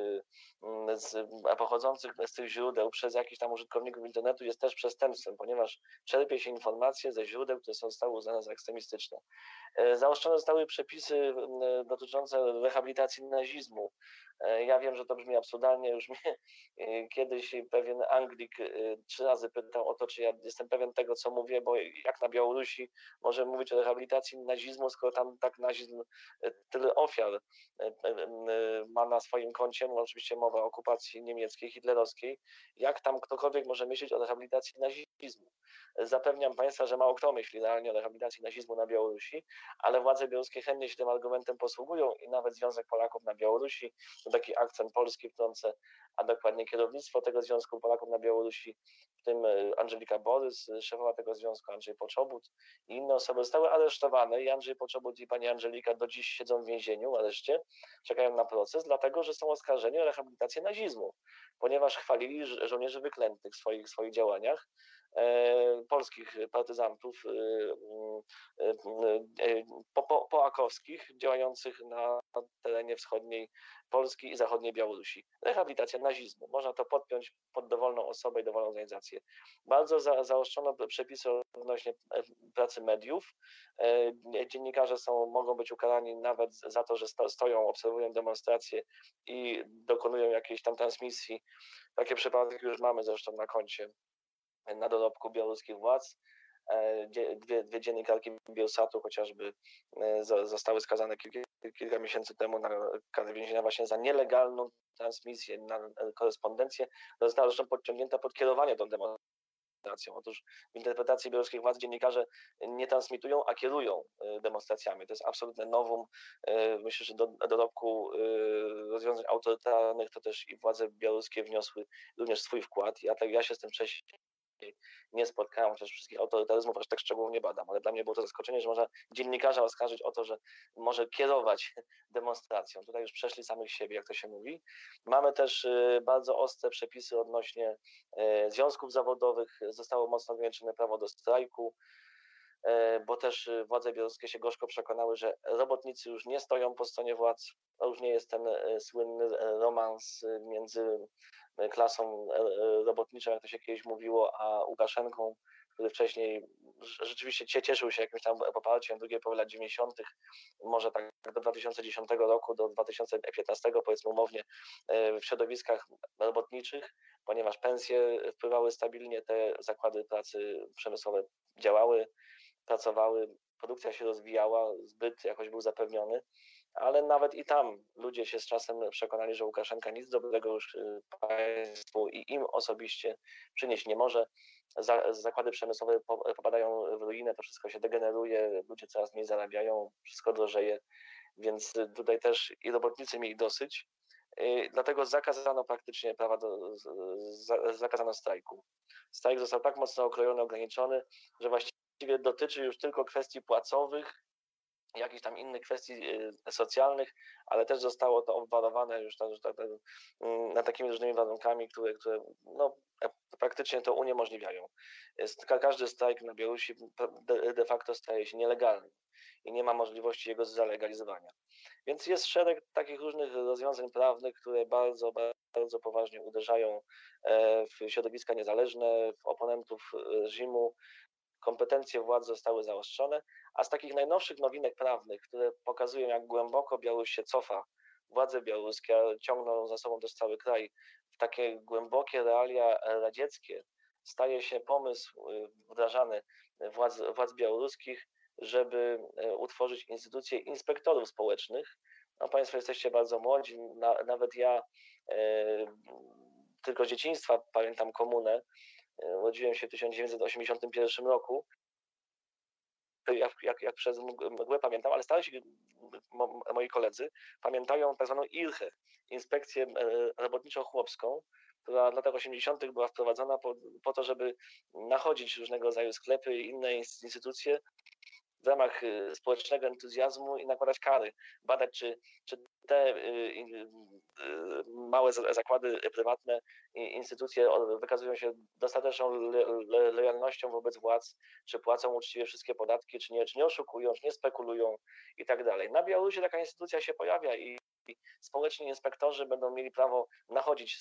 z, pochodzących z tych źródeł przez jakichś tam użytkowników internetu jest też przestępstwem, ponieważ czerpie się informacje ze źródeł, które zostały uznane za ekstremistyczne. Zaostrzone zostały przepisy dotyczące rehabilitacji nazizmu. Ja wiem, że to brzmi absurdalnie, już mnie kiedyś pewien Anglik trzy razy pytał o to, czy ja jestem pewien tego, co mówię, bo jak na Białorusi może mówić o rehabilitacji nazizmu, skoro tam tak nazizm tyle ofiar ma na swoim koncie, no oczywiście mowa o okupacji niemieckiej, hitlerowskiej, jak tam ktokolwiek może myśleć o rehabilitacji nazizmu? nazizmu. Zapewniam Państwa, że mało kto myśli realnie o rehabilitacji nazizmu na Białorusi, ale władze białoruskie chętnie się tym argumentem posługują i nawet Związek Polaków na Białorusi, to taki akcent polski wtrącę, a dokładnie kierownictwo tego Związku Polaków na Białorusi, w tym Andżelika Borys, szefowa tego związku, Andrzej Poczobut i inne osoby zostały aresztowane i Andrzej Poczobut i pani Andżelika do dziś siedzą w więzieniu, w areszcie, czekają na proces, dlatego że są oskarżeni o rehabilitację nazizmu, ponieważ chwalili żo- żołnierzy wyklętych w swoich, swoich działaniach, e, polskich partyzantów e, e, e, po, po, poakowskich działających na terenie wschodniej Polski i zachodniej Białorusi. Rehabilitacja nazizmu. Można to podpiąć pod dowolną osobę i dowolną organizację. Bardzo za, zaostrzono przepisy odnośnie pracy mediów. E, dziennikarze są, mogą być ukarani nawet za to, że sto, stoją, obserwują demonstracje i dokonują jakiejś tam transmisji. Takie przypadki już mamy zresztą na koncie, na dorobku białoruskich władz. Dwie, dwie dziennikarki Biełsatu chociażby zostały skazane kilka, kilka miesięcy temu na karę więzienia właśnie za nielegalną transmisję, na korespondencję. Została zresztą podciągnięta pod kierowanie tą demonstracją. Otóż w interpretacji białoruskich władz dziennikarze nie transmitują, a kierują demonstracjami. To jest absolutne novum. Myślę, że do dorobku rozwiązań autorytarnych to też i władze białoruskie wniosły również swój wkład. Ja, tak, ja się z tym wcześniej nie spotkałem, chociaż wszystkich autorytaryzmów aż tak szczegółowo nie badam, ale dla mnie było to zaskoczenie, że można dziennikarza oskarżyć o to, że może kierować demonstracją. Tutaj już przeszli samych siebie, jak to się mówi. Mamy też bardzo ostre przepisy odnośnie związków zawodowych. Zostało mocno ograniczone prawo do strajku, bo też władze białoruskie się gorzko przekonały, że robotnicy już nie stoją po stronie władz. To już nie jest ten słynny romans między klasą robotniczą, jak to się kiedyś mówiło, a Łukaszenką, który wcześniej rzeczywiście cieszył się jakimś tam poparciem drugiej połowy lat dziewięćdziesiątych, może tak do dwa tysiące dziesiątego roku, do dwa tysiące piętnastego, powiedzmy umownie, w środowiskach robotniczych, ponieważ pensje wpływały stabilnie, te zakłady pracy przemysłowe działały, pracowały, produkcja się rozwijała, zbyt jakoś był zapewniony, ale nawet i tam ludzie się z czasem przekonali, że Łukaszenka nic dobrego już państwu i im osobiście przynieść nie może. Zakłady przemysłowe popadają w ruinę, to wszystko się degeneruje, ludzie coraz mniej zarabiają, wszystko drożeje, więc tutaj też i robotnicy mieli dosyć. Dlatego zakazano praktycznie prawa do, zakazano strajku. Strajk został tak mocno okrojony, ograniczony, że właściwie dotyczy już tylko kwestii płacowych, jakichś tam innych kwestii socjalnych, ale też zostało to obwarowane już tak, tak, na takimi różnymi warunkami, które, które no, praktycznie to uniemożliwiają. Każdy strajk na Białorusi de facto staje się nielegalny i nie ma możliwości jego zalegalizowania. Więc jest szereg takich różnych rozwiązań prawnych, które bardzo, bardzo poważnie uderzają w środowiska niezależne, w oponentów reżimu. Kompetencje władz zostały zaostrzone, a z takich najnowszych nowinek prawnych, które pokazują, jak głęboko Białoruś się cofa, władze białoruskie ciągną za sobą też cały kraj w takie głębokie realia radzieckie, staje się pomysł wdrażany władz, władz białoruskich, żeby utworzyć instytucję inspektorów społecznych. No, Państwo jesteście bardzo młodzi, na, nawet ja e, tylko z dzieciństwa pamiętam komunę. Urodziłem się w tysiąc dziewięćset osiemdziesiątym pierwszym roku. Jak, jak, jak przez mgłę pamiętam, ale starsi moi koledzy pamiętają tak zwaną I R C H E, Inspekcję Robotniczo-Chłopską, która w latach osiemdziesiątych była wprowadzona po, po to, żeby nachodzić różnego rodzaju sklepy i inne instytucje w ramach społecznego entuzjazmu i nakładać kary, badać, czy, czy te małe zakłady prywatne, instytucje wykazują się dostateczną lojalnością wobec władz, czy płacą uczciwie wszystkie podatki, czy nie, czy nie oszukują, czy nie spekulują i tak dalej. Na Białorusi taka instytucja się pojawia i społeczni inspektorzy będą mieli prawo nachodzić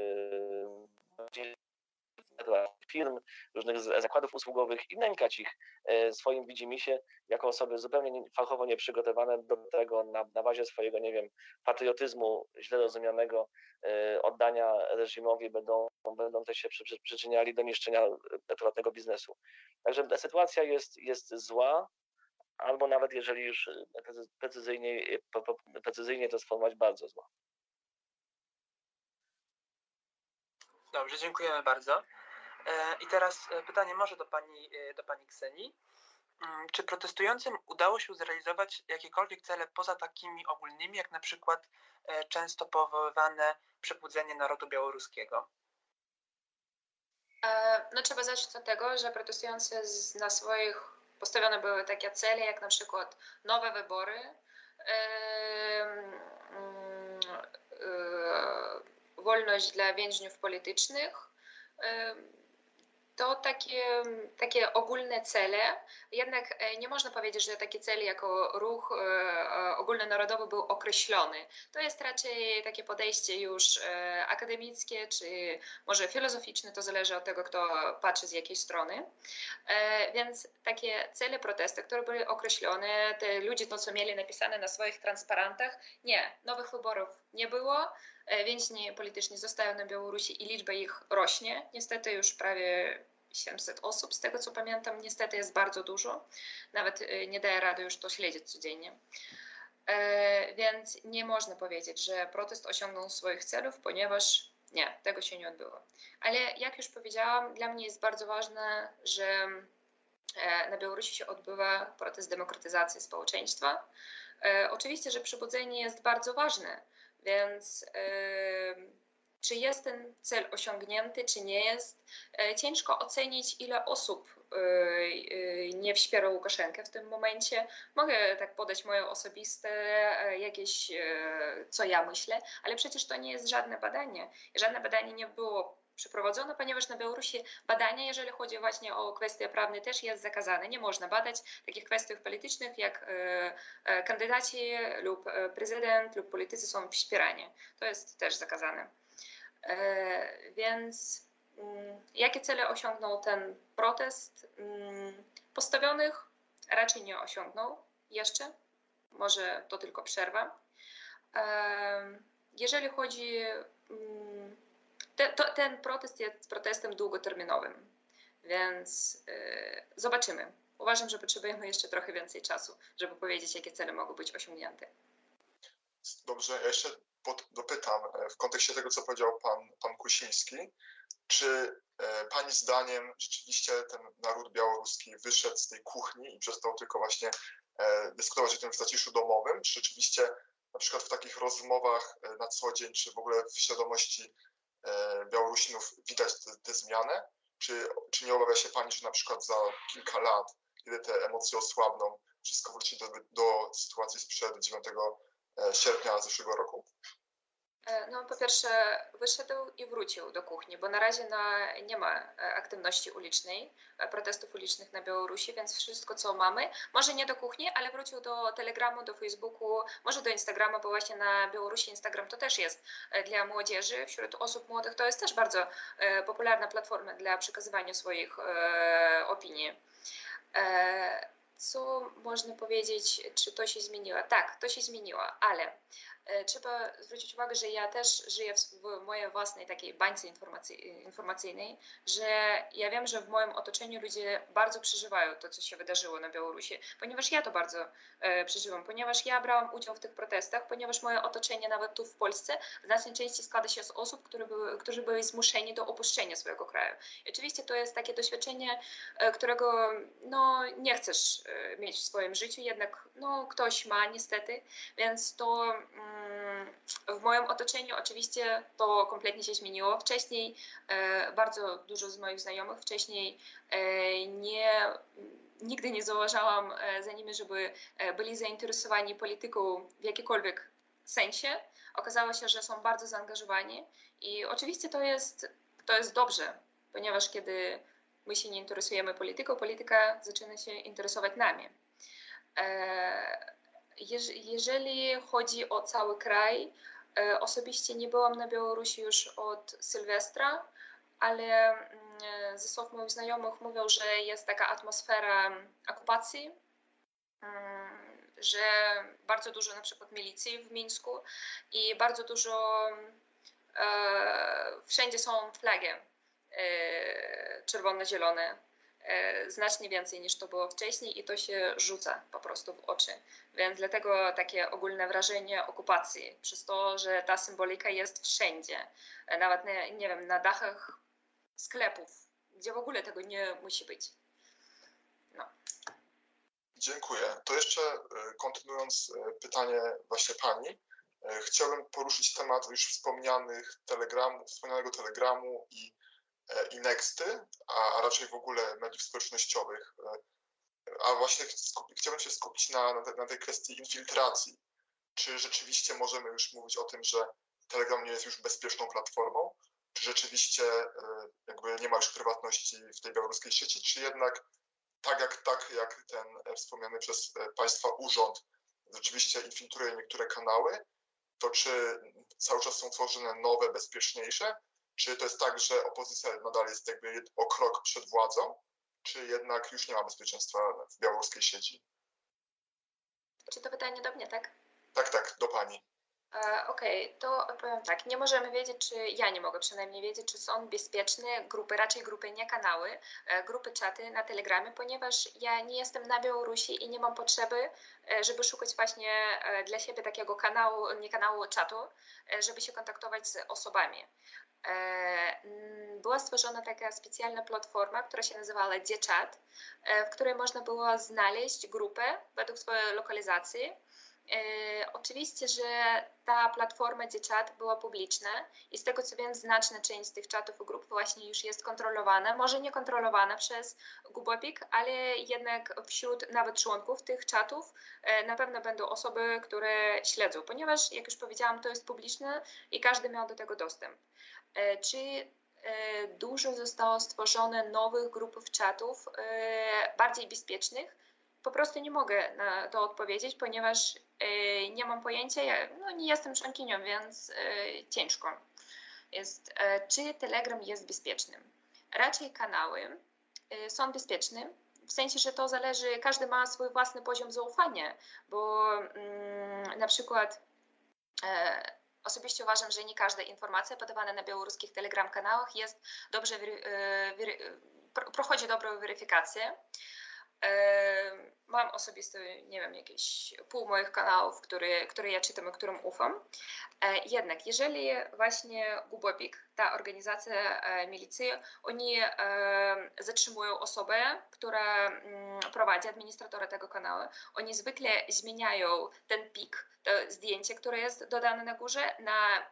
firm, różnych zakładów usługowych i nękać ich swoim widzimisię jako osoby zupełnie fachowo nieprzygotowane do tego na, na bazie swojego, nie wiem, patriotyzmu źle rozumianego, oddania reżimowi, będą, będą też się przy, przy, przyczyniali do niszczenia prywatnego biznesu. Także sytuacja jest, jest zła, albo nawet jeżeli już precyzyjnie, precyzyjnie to sformułować, bardzo zła. Dobrze, dziękujemy bardzo. I teraz pytanie może do pani, do pani Ksenii. Czy protestującym udało się zrealizować jakiekolwiek cele poza takimi ogólnymi, jak na przykład często powoływane przebudzenie narodu białoruskiego? No trzeba zacząć od tego, że protestujący na swoich postawione były takie cele, jak na przykład nowe wybory, wolność dla więźniów politycznych. To takie, takie ogólne cele, jednak nie można powiedzieć, że takie cele jako ruch ogólnonarodowy był określony. To jest raczej takie podejście już akademickie, czy może filozoficzne, to zależy od tego, kto patrzy z jakiej strony. Więc takie cele protesty, które były określone, te ludzie to, co mieli napisane na swoich transparentach, nie, nowych wyborów nie było. Więźni polityczni zostają na Białorusi i liczba ich rośnie. Niestety już prawie siedemset osób, z tego co pamiętam. Niestety jest bardzo dużo. Nawet nie daje rady już to śledzić codziennie. Więc nie można powiedzieć, że protest osiągnął swoich celów, ponieważ nie, tego się nie odbyło. Ale jak już powiedziałam, dla mnie jest bardzo ważne, że na Białorusi się odbywa protest demokratyzacji społeczeństwa. Oczywiście, że przebudzenie jest bardzo ważne. Więc yy, czy jest ten cel osiągnięty, czy nie jest? Yy, ciężko ocenić, ile osób yy, yy, nie wspiera Łukaszenkę w tym momencie. Mogę tak podać moje osobiste yy, jakieś, yy, co ja myślę, ale przecież to nie jest żadne badanie. Żadne badanie nie było przeprowadzono, ponieważ na Białorusi badania, jeżeli chodzi właśnie o kwestie prawne, też jest zakazane. Nie można badać takich kwestii politycznych, jak e, kandydaci lub prezydent lub politycy są wspierani. To jest też zakazane. E, więc m, jakie cele osiągnął ten protest? M, postawionych raczej nie osiągnął jeszcze. Może to tylko przerwa. E, jeżeli chodzi m, Te, to, ten protest jest protestem długoterminowym, więc yy, zobaczymy. Uważam, że potrzebujemy jeszcze trochę więcej czasu, żeby powiedzieć, jakie cele mogą być osiągnięte. Dobrze, ja jeszcze pod, dopytam w kontekście tego, co powiedział pan, pan Kusiński. Czy e, pani zdaniem rzeczywiście ten naród białoruski wyszedł z tej kuchni i przestał tylko właśnie e, dyskutować o tym w zaciszu domowym? Czy rzeczywiście na przykład w takich rozmowach e, na co dzień, czy w ogóle w świadomości Białorusinów widać te, te zmiany? Czy, czy nie obawia się pani, że na przykład za kilka lat, kiedy te emocje osłabną, wszystko wróci do, do sytuacji sprzed dziewiątego sierpnia zeszłego roku? No, po pierwsze, wyszedł i wrócił do kuchni, bo na razie na, nie ma aktywności ulicznej, protestów ulicznych na Białorusi, więc wszystko, co mamy, może nie do kuchni, ale wrócił do Telegramu, do Facebooku, może do Instagrama, bo właśnie na Białorusi Instagram to też jest dla młodzieży, wśród osób młodych to jest też bardzo popularna platforma dla przekazywania swoich opinii. Co można powiedzieć, czy to się zmieniło? Tak, to się zmieniło, ale trzeba zwrócić uwagę, że ja też żyję w mojej własnej takiej bańce informacyjnej, że ja wiem, że w moim otoczeniu ludzie bardzo przeżywają to, co się wydarzyło na Białorusi, ponieważ ja to bardzo e, przeżyłam, ponieważ ja brałam udział w tych protestach, ponieważ moje otoczenie nawet tu w Polsce w znacznej części składa się z osób, które były, którzy byli zmuszeni do opuszczenia swojego kraju. I oczywiście to jest takie doświadczenie, e, którego no, nie chcesz e, mieć w swoim życiu, jednak no, ktoś ma niestety, więc to w moim otoczeniu oczywiście to kompletnie się zmieniło. Wcześniej e, bardzo dużo z moich znajomych wcześniej e, nie, nigdy nie zauważałam e, za nimi, żeby e, byli zainteresowani polityką w jakikolwiek sensie. Okazało się, że są bardzo zaangażowani i oczywiście to jest, to jest dobrze, ponieważ kiedy my się nie interesujemy polityką, polityka zaczyna się interesować nami. E, Jeżeli chodzi o cały kraj, osobiście nie byłam na Białorusi już od Sylwestra, ale ze słów moich znajomych mówią, że jest taka atmosfera okupacji, że bardzo dużo na przykład milicji w Mińsku i bardzo dużo, wszędzie są flagi czerwono-zielone. Znacznie więcej niż to było wcześniej i to się rzuca po prostu w oczy. Więc dlatego takie ogólne wrażenie okupacji, przez to, że ta symbolika jest wszędzie. Nawet, nie wiem, na dachach sklepów gdzie w ogóle tego nie musi być. No. Dziękuję. To jeszcze kontynuując pytanie właśnie pani, chciałbym poruszyć temat już wspomnianych telegramu, wspomnianego Telegramu i, i Nexty, a, a raczej w ogóle mediów społecznościowych. A właśnie skupi, chciałbym się skupić na, na, te, na tej kwestii infiltracji. Czy rzeczywiście możemy już mówić o tym, że Telegram nie jest już bezpieczną platformą? Czy rzeczywiście jakby nie ma już prywatności w tej białoruskiej sieci? Czy jednak tak jak, tak jak ten wspomniany przez Państwa urząd rzeczywiście infiltruje niektóre kanały, to czy cały czas są tworzone nowe, bezpieczniejsze? Czy to jest tak, że opozycja nadal jest jakby o krok przed władzą? Czy jednak już nie ma bezpieczeństwa w białoruskiej sieci? Czy to pytanie do mnie, tak? Tak, tak, do pani. E, Okej, okay, to powiem tak, nie możemy wiedzieć, czy ja nie mogę przynajmniej wiedzieć, czy są bezpieczne grupy, raczej grupy, nie kanały, e, grupy czaty na Telegramie, ponieważ ja nie jestem na Białorusi i nie mam potrzeby, e, żeby szukać właśnie e, dla siebie takiego kanału, nie kanału czatu, e, żeby się kontaktować z osobami. E, była stworzona taka specjalna platforma, która się nazywała Dziechat, e, w której można było znaleźć grupę według swojej lokalizacji. E, oczywiście, że ta platforma Dziechat była publiczna i z tego co wiem znaczna część z tych czatów i grup właśnie już jest kontrolowana, może nie kontrolowana przez Głupopik, ale jednak wśród nawet członków tych czatów e, na pewno będą osoby, które śledzą, ponieważ jak już powiedziałam, to jest publiczne i każdy miał do tego dostęp. E, czy e, dużo zostało stworzone nowych grup czatów e, bardziej bezpiecznych? Po prostu nie mogę na to odpowiedzieć, ponieważ y, nie mam pojęcia, ja no, nie jestem członkinią, więc y, ciężko jest. Y, czy Telegram jest bezpiecznym? Raczej kanały y, są bezpieczne, w sensie, że to zależy, każdy ma swój własny poziom zaufania, bo y, na przykład y, osobiście uważam, że nie każda informacja podawana na białoruskich Telegram kanałach jest dobrze, y, y, prochodzi dobrą weryfikację. Mam osobiste, nie wiem, jakieś pół moich kanałów, które, które ja czytam i którym ufam. Jednak jeżeli właśnie Głupopik, ta organizacja milicji, oni zatrzymują osobę, która prowadzi, administratora tego kanału, oni zwykle zmieniają ten pik, to zdjęcie, które jest dodane na górze, na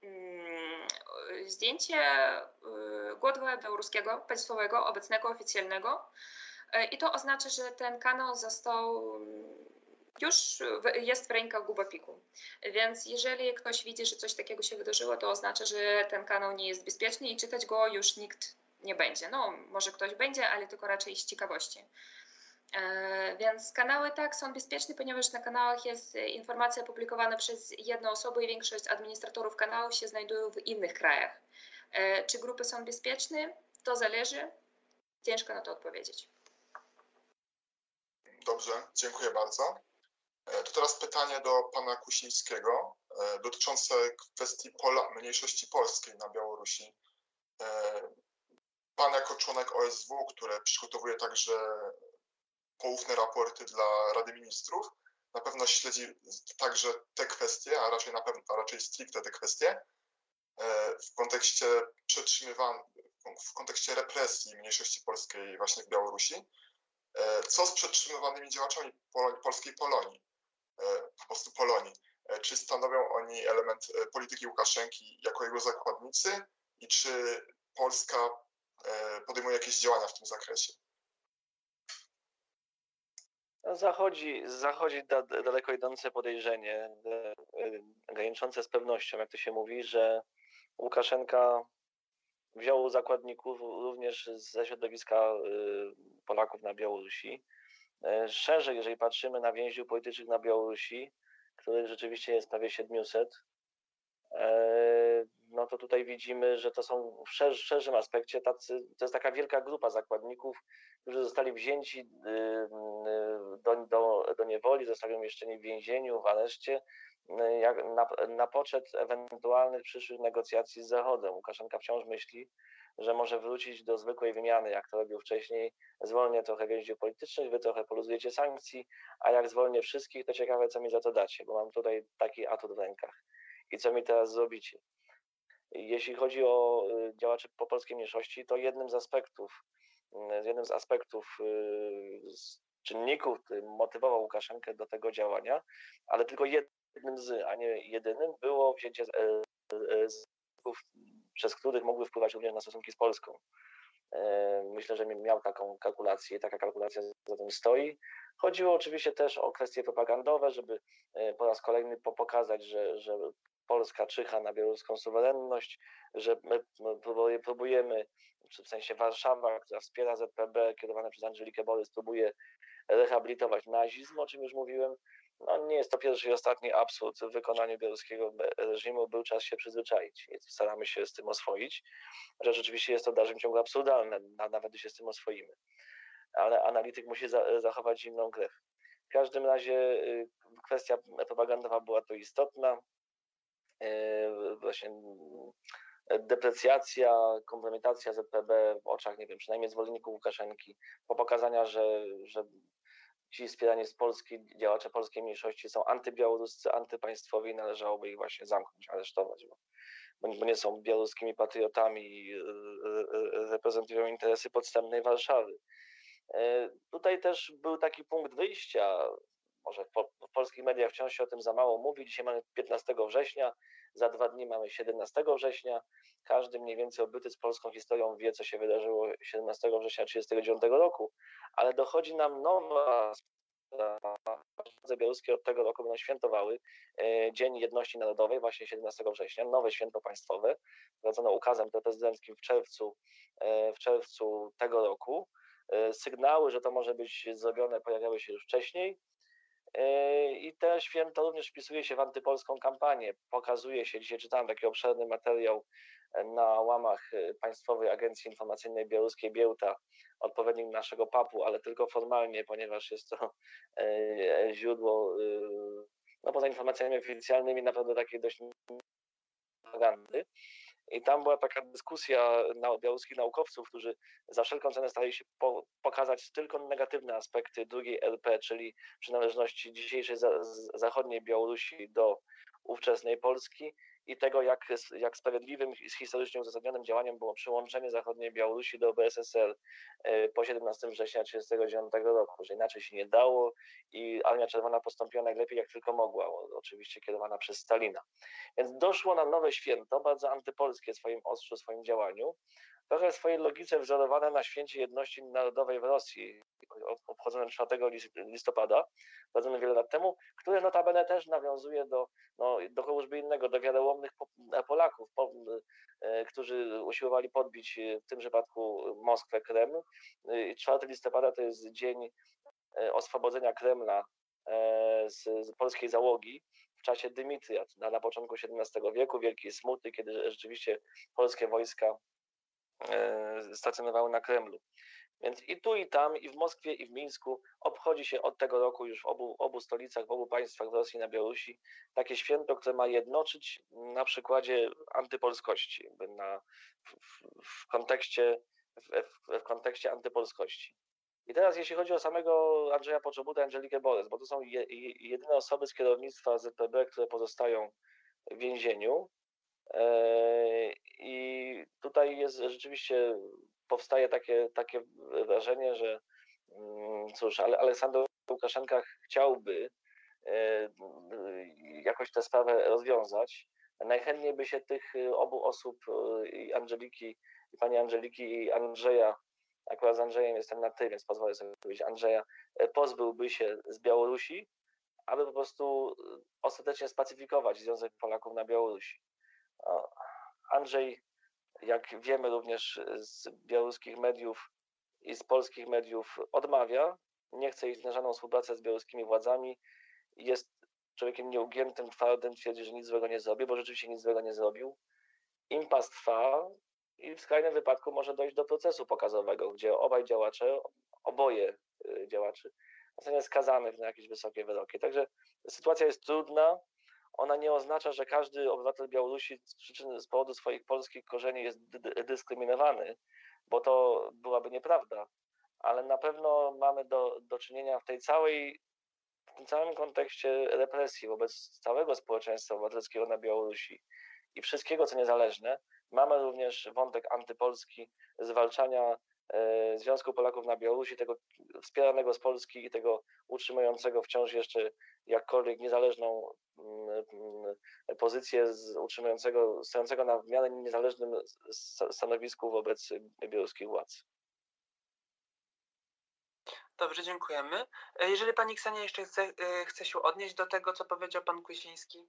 zdjęcie godła białoruskiego, państwowego, obecnego, oficjalnego. I to oznacza, że ten kanał został, już jest w rękach Głupopiku. Więc jeżeli ktoś widzi, że coś takiego się wydarzyło, to oznacza, że ten kanał nie jest bezpieczny i czytać go już nikt nie będzie. No, może ktoś będzie, ale tylko raczej z ciekawości. Więc kanały tak są bezpieczne, ponieważ na kanałach jest informacja publikowana przez jedną osobę i większość administratorów kanałów się znajdują w innych krajach. Czy grupy są bezpieczne? To zależy. Ciężko na to odpowiedzieć. Dobrze, dziękuję bardzo. To teraz pytanie do pana Kusińskiego dotyczące kwestii pola, mniejszości polskiej na Białorusi. Pan jako członek O S W, które przygotowuje także poufne raporty dla Rady Ministrów, na pewno śledzi także te kwestie, a raczej, na pewno, a raczej stricte te kwestie w kontekście przetrzymywania, w kontekście represji mniejszości polskiej właśnie w Białorusi. Co z przetrzymywanymi działaczami polskiej Polonii, po prostu Polonii? Czy stanowią oni element polityki Łukaszenki jako jego zakładnicy i czy Polska podejmuje jakieś działania w tym zakresie? Zachodzi, zachodzi da, daleko idące podejrzenie, graniczące z pewnością, jak to się mówi, że Łukaszenka wziął zakładników również ze środowiska Polaków na Białorusi. Szerzej, jeżeli patrzymy na więźniów politycznych na Białorusi, których rzeczywiście jest prawie siedmiuset, no to tutaj widzimy, że to są w szerz, szerszym aspekcie tacy, to jest taka wielka grupa zakładników, którzy zostali wzięci do, do, do niewoli, zostali umieszczeni w więzieniu, w areszcie, jak na, na poczet ewentualnych przyszłych negocjacji z Zachodem. Łukaszenka wciąż myśli, że może wrócić do zwykłej wymiany, jak to robił wcześniej. Zwolnię trochę więźniów politycznych, wy trochę poluzujecie sankcji, a jak zwolnię wszystkich, to ciekawe, co mi za to dacie, bo mam tutaj taki atut w rękach. I co mi teraz zrobicie? Jeśli chodzi o działaczy po polskiej mniejszości, to jednym z aspektów, jednym z aspektów, z czynników, który motywował Łukaszenkę do tego działania, ale tylko jednym z, a nie jedynym, było wzięcie z, przez których mogły wpływać również na stosunki z Polską. Myślę, że miał taką kalkulację, taka kalkulacja za tym stoi. Chodziło oczywiście też o kwestie propagandowe, żeby po raz kolejny pokazać, że, że Polska czyha na białoruską suwerenność, że my próbujemy, w sensie Warszawa, która wspiera Z P B, kierowane przez Angelikę Borys, próbuje rehabilitować nazizm, o czym już mówiłem. No, nie jest to pierwszy i ostatni absurd w wykonaniu białoruskiego reżimu, był czas się przyzwyczaić. Staramy się z tym oswoić, że rzeczywiście jest to w dalszym ciągu absurdalne, nawet gdy się z tym oswoimy. Ale analityk musi za, zachować zimną krew. W każdym razie kwestia propagandowa była tu istotna. Właśnie deprecjacja, kompromitacja Z P B w oczach, nie wiem, przynajmniej zwolenników Łukaszenki, po pokazania, że, że ci wspierani z Polski, działacze polskiej mniejszości są antybiałoruscy, antypaństwowi i należałoby ich właśnie zamknąć, aresztować, bo, bo nie są białoruskimi patriotami i reprezentują interesy podstępnej Warszawy. Tutaj też był taki punkt wyjścia, może w, po, w polskich mediach wciąż się o tym za mało mówi. Dzisiaj mamy piętnastego września, za dwa dni mamy siedemnastego września. Każdy mniej więcej obyty z polską historią wie, co się wydarzyło siedemnastego września tysiąc dziewięćset trzydziestego dziewiątego roku, ale dochodzi nam nowa sprawa. Władze białoruskie od tego roku będą świętowały Dzień Jedności Narodowej, właśnie siedemnastego września, nowe święto państwowe, wprowadzono ukazem prezydenckim w czerwcu, w czerwcu tego roku. Sygnały, że to może być zrobione, pojawiały się już wcześniej. I to święto również wpisuje się w antypolską kampanię. Pokazuje się, dzisiaj czytałem taki obszerny materiał na łamach Państwowej Agencji Informacyjnej Białoruskiej Biełta, odpowiednik naszego P A P u, ale tylko formalnie, ponieważ jest to źródło, no poza informacjami oficjalnymi, naprawdę takiej dość propagandy. I tam była taka dyskusja na, białoruskich naukowców, którzy za wszelką cenę starali się po, pokazać tylko negatywne aspekty drugiej R P, czyli przynależności dzisiejszej za, z, zachodniej Białorusi do ówczesnej Polski i tego, jak, jak sprawiedliwym i historycznie uzasadnionym działaniem było przyłączenie zachodniej Białorusi do B S S R po siedemnastego września tysiąc dziewięćset trzydziestego dziewiątego roku, że inaczej się nie dało i Armia Czerwona postąpiła najlepiej jak tylko mogła, oczywiście kierowana przez Stalina. Więc doszło na nowe święto, bardzo antypolskie w swoim ostrzu, w swoim działaniu, trochę w swojej logice wzorowane na Święcie Jedności Narodowej w Rosji, obchodzonym czwartego listopada, wprowadzone wiele lat temu, które notabene też nawiązuje do, no, do kogoś by innego, do wiaryłomnych Polaków, po, którzy usiłowali podbić w tym przypadku Moskwę, Kreml. czwartego listopada to jest dzień oswobodzenia Kremla z, z polskiej załogi w czasie dymitriad na, na początku siedemnastego wieku, wielkiej smuty, kiedy rzeczywiście polskie wojska stacjonowały na Kremlu. Więc i tu, i tam, i w Moskwie, i w Mińsku obchodzi się od tego roku już w obu, obu stolicach, w obu państwach, w Rosji i na Białorusi, takie święto, które ma jednoczyć na przykładzie antypolskości, na, w, w, kontekście, w, w kontekście antypolskości. I teraz jeśli chodzi o samego Andrzeja Poczobuta, Angelikę Borys, bo to są je, jedyne osoby z kierownictwa Z P B, które pozostają w więzieniu. I tutaj jest rzeczywiście, powstaje takie, takie wrażenie, że cóż, ale Aleksander Łukaszenka chciałby jakoś tę sprawę rozwiązać. Najchętniej by się tych obu osób, i Angeliki, i pani Angeliki, i Andrzeja, akurat z Andrzejem jestem na ty, więc pozwolę sobie powiedzieć, Andrzeja, pozbyłby się z Białorusi, aby po prostu ostatecznie spacyfikować Związek Polaków na Białorusi. Andrzej, jak wiemy również z białoruskich mediów i z polskich mediów, odmawia, nie chce iść na żadną współpracę z białoruskimi władzami, jest człowiekiem nieugiętym, twardym, twierdzi, że nic złego nie zrobił, bo rzeczywiście nic złego nie zrobił. Impas trwa i w skrajnym wypadku może dojść do procesu pokazowego, gdzie obaj działacze, oboje działaczy zostanie skazany na jakieś wysokie wyroki. Także sytuacja jest trudna. Ona nie oznacza, że każdy obywatel Białorusi z przyczyny, z powodu swoich polskich korzeni jest dy- dyskryminowany, bo to byłaby nieprawda, ale na pewno mamy do, do czynienia w tej całej, w tym całym kontekście represji wobec całego społeczeństwa obywatelskiego na Białorusi i wszystkiego, co niezależne. Mamy również wątek antypolski, zwalczania Związku Polaków na Białorusi, tego wspieranego z Polski i tego utrzymującego wciąż jeszcze jakkolwiek niezależną pozycję, z utrzymującego, stojącego na w miarę niezależnym stanowisku wobec białoruskich władz. Dobrze, dziękujemy. Jeżeli pani Ksenia jeszcze chce, chce się odnieść do tego, co powiedział pan Kłysiński.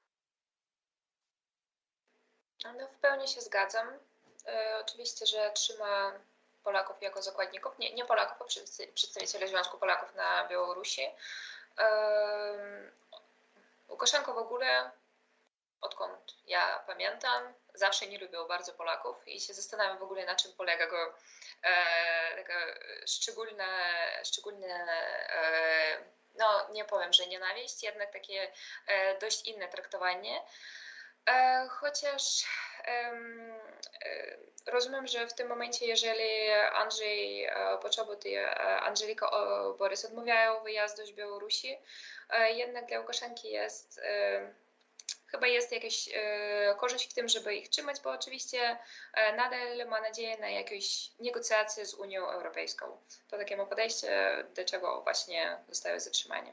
No, w pełni się zgadzam. E, oczywiście, że trzyma Polaków jako zakładników, nie, nie Polaków, a przedstawicieli Związku Polaków na Białorusi. E, Łukaszenko w ogóle, odkąd ja pamiętam, zawsze nie lubił bardzo Polaków i się zastanawiam w ogóle, na czym polega go e, taka szczególna, szczególne, e, no nie powiem, że nienawiść, jednak takie e, dość inne traktowanie. E, chociaż e, e, rozumiem, że w tym momencie, jeżeli Andrzej e, Poczobut i e, Angelika o, Borys odmawiają wyjazdu z Białorusi, e, jednak dla Łukaszenki jest e, chyba jest jakaś e, korzyść w tym, żeby ich trzymać, bo oczywiście e, nadal ma nadzieję na jakieś negocjacje z Unią Europejską. To takie ma podejście, do czego właśnie zostały zatrzymani.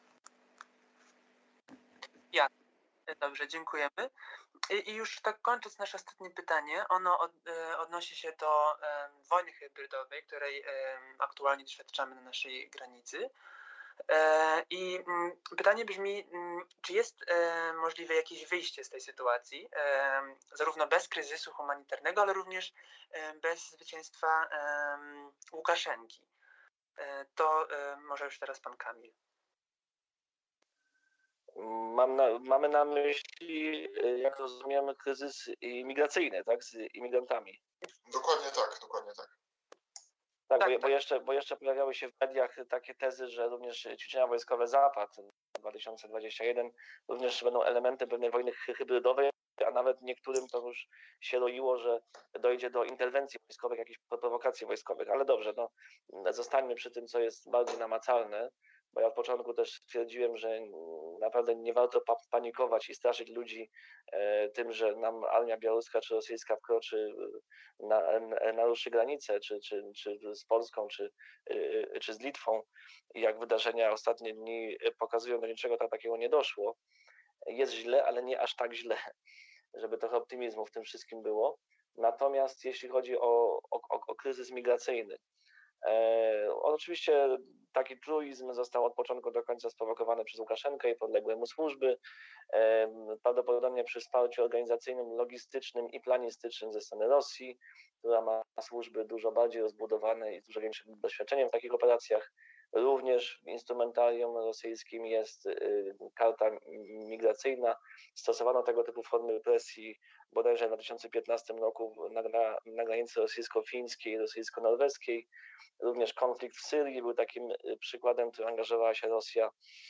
Ja. Dobrze, dziękujemy. I, I już tak kończąc nasze ostatnie pytanie, ono od, e, odnosi się do e, wojny hybrydowej, której e, aktualnie doświadczamy na naszej granicy. E, I m, pytanie brzmi, m, czy jest e, możliwe jakieś wyjście z tej sytuacji, e, zarówno bez kryzysu humanitarnego, ale również e, bez zwycięstwa e, Łukaszenki. E, to e, może już teraz pan Kamil. Mam na, mamy na myśli, jak rozumiemy, kryzys imigracyjny, tak, z imigrantami. Dokładnie tak, dokładnie tak. Tak, Tak, bo, tak. Bo, jeszcze, bo jeszcze pojawiały się w mediach takie tezy, że również ćwiczenia wojskowe Zapad dwa tysiące dwudziesty pierwszy również będą elementem pewnej wojny hybrydowej, a nawet niektórym to już się roiło, że dojdzie do interwencji wojskowych, jakichś prowokacji wojskowych. Ale dobrze, no, zostańmy przy tym, co jest bardziej namacalne, bo ja od początku też stwierdziłem, że naprawdę nie warto pa- panikować i straszyć ludzi e, tym, że nam armia białoruska czy rosyjska wkroczy, na, na, naruszy granicę, czy, czy, czy z Polską, czy, e, czy z Litwą. I jak wydarzenia ostatnie dni pokazują, do niczego tam takiego nie doszło. Jest źle, ale nie aż tak źle, żeby trochę optymizmu w tym wszystkim było. Natomiast jeśli chodzi o, o, o kryzys migracyjny, E, oczywiście taki truizm został od początku do końca sprowokowany przez Łukaszenkę i podległe mu służby, e, prawdopodobnie przy wsparciu organizacyjnym, logistycznym i planistycznym ze strony Rosji, która ma służby dużo bardziej rozbudowane i z dużo większym doświadczeniem w takich operacjach. Również w instrumentarium rosyjskim jest karta migracyjna. Stosowano tego typu formy presji bodajże w dwa tysiące piętnastym roku na, na, na granicy rosyjsko-fińskiej i rosyjsko-norweskiej. Również konflikt w Syrii był takim przykładem, który angażowała się Rosja,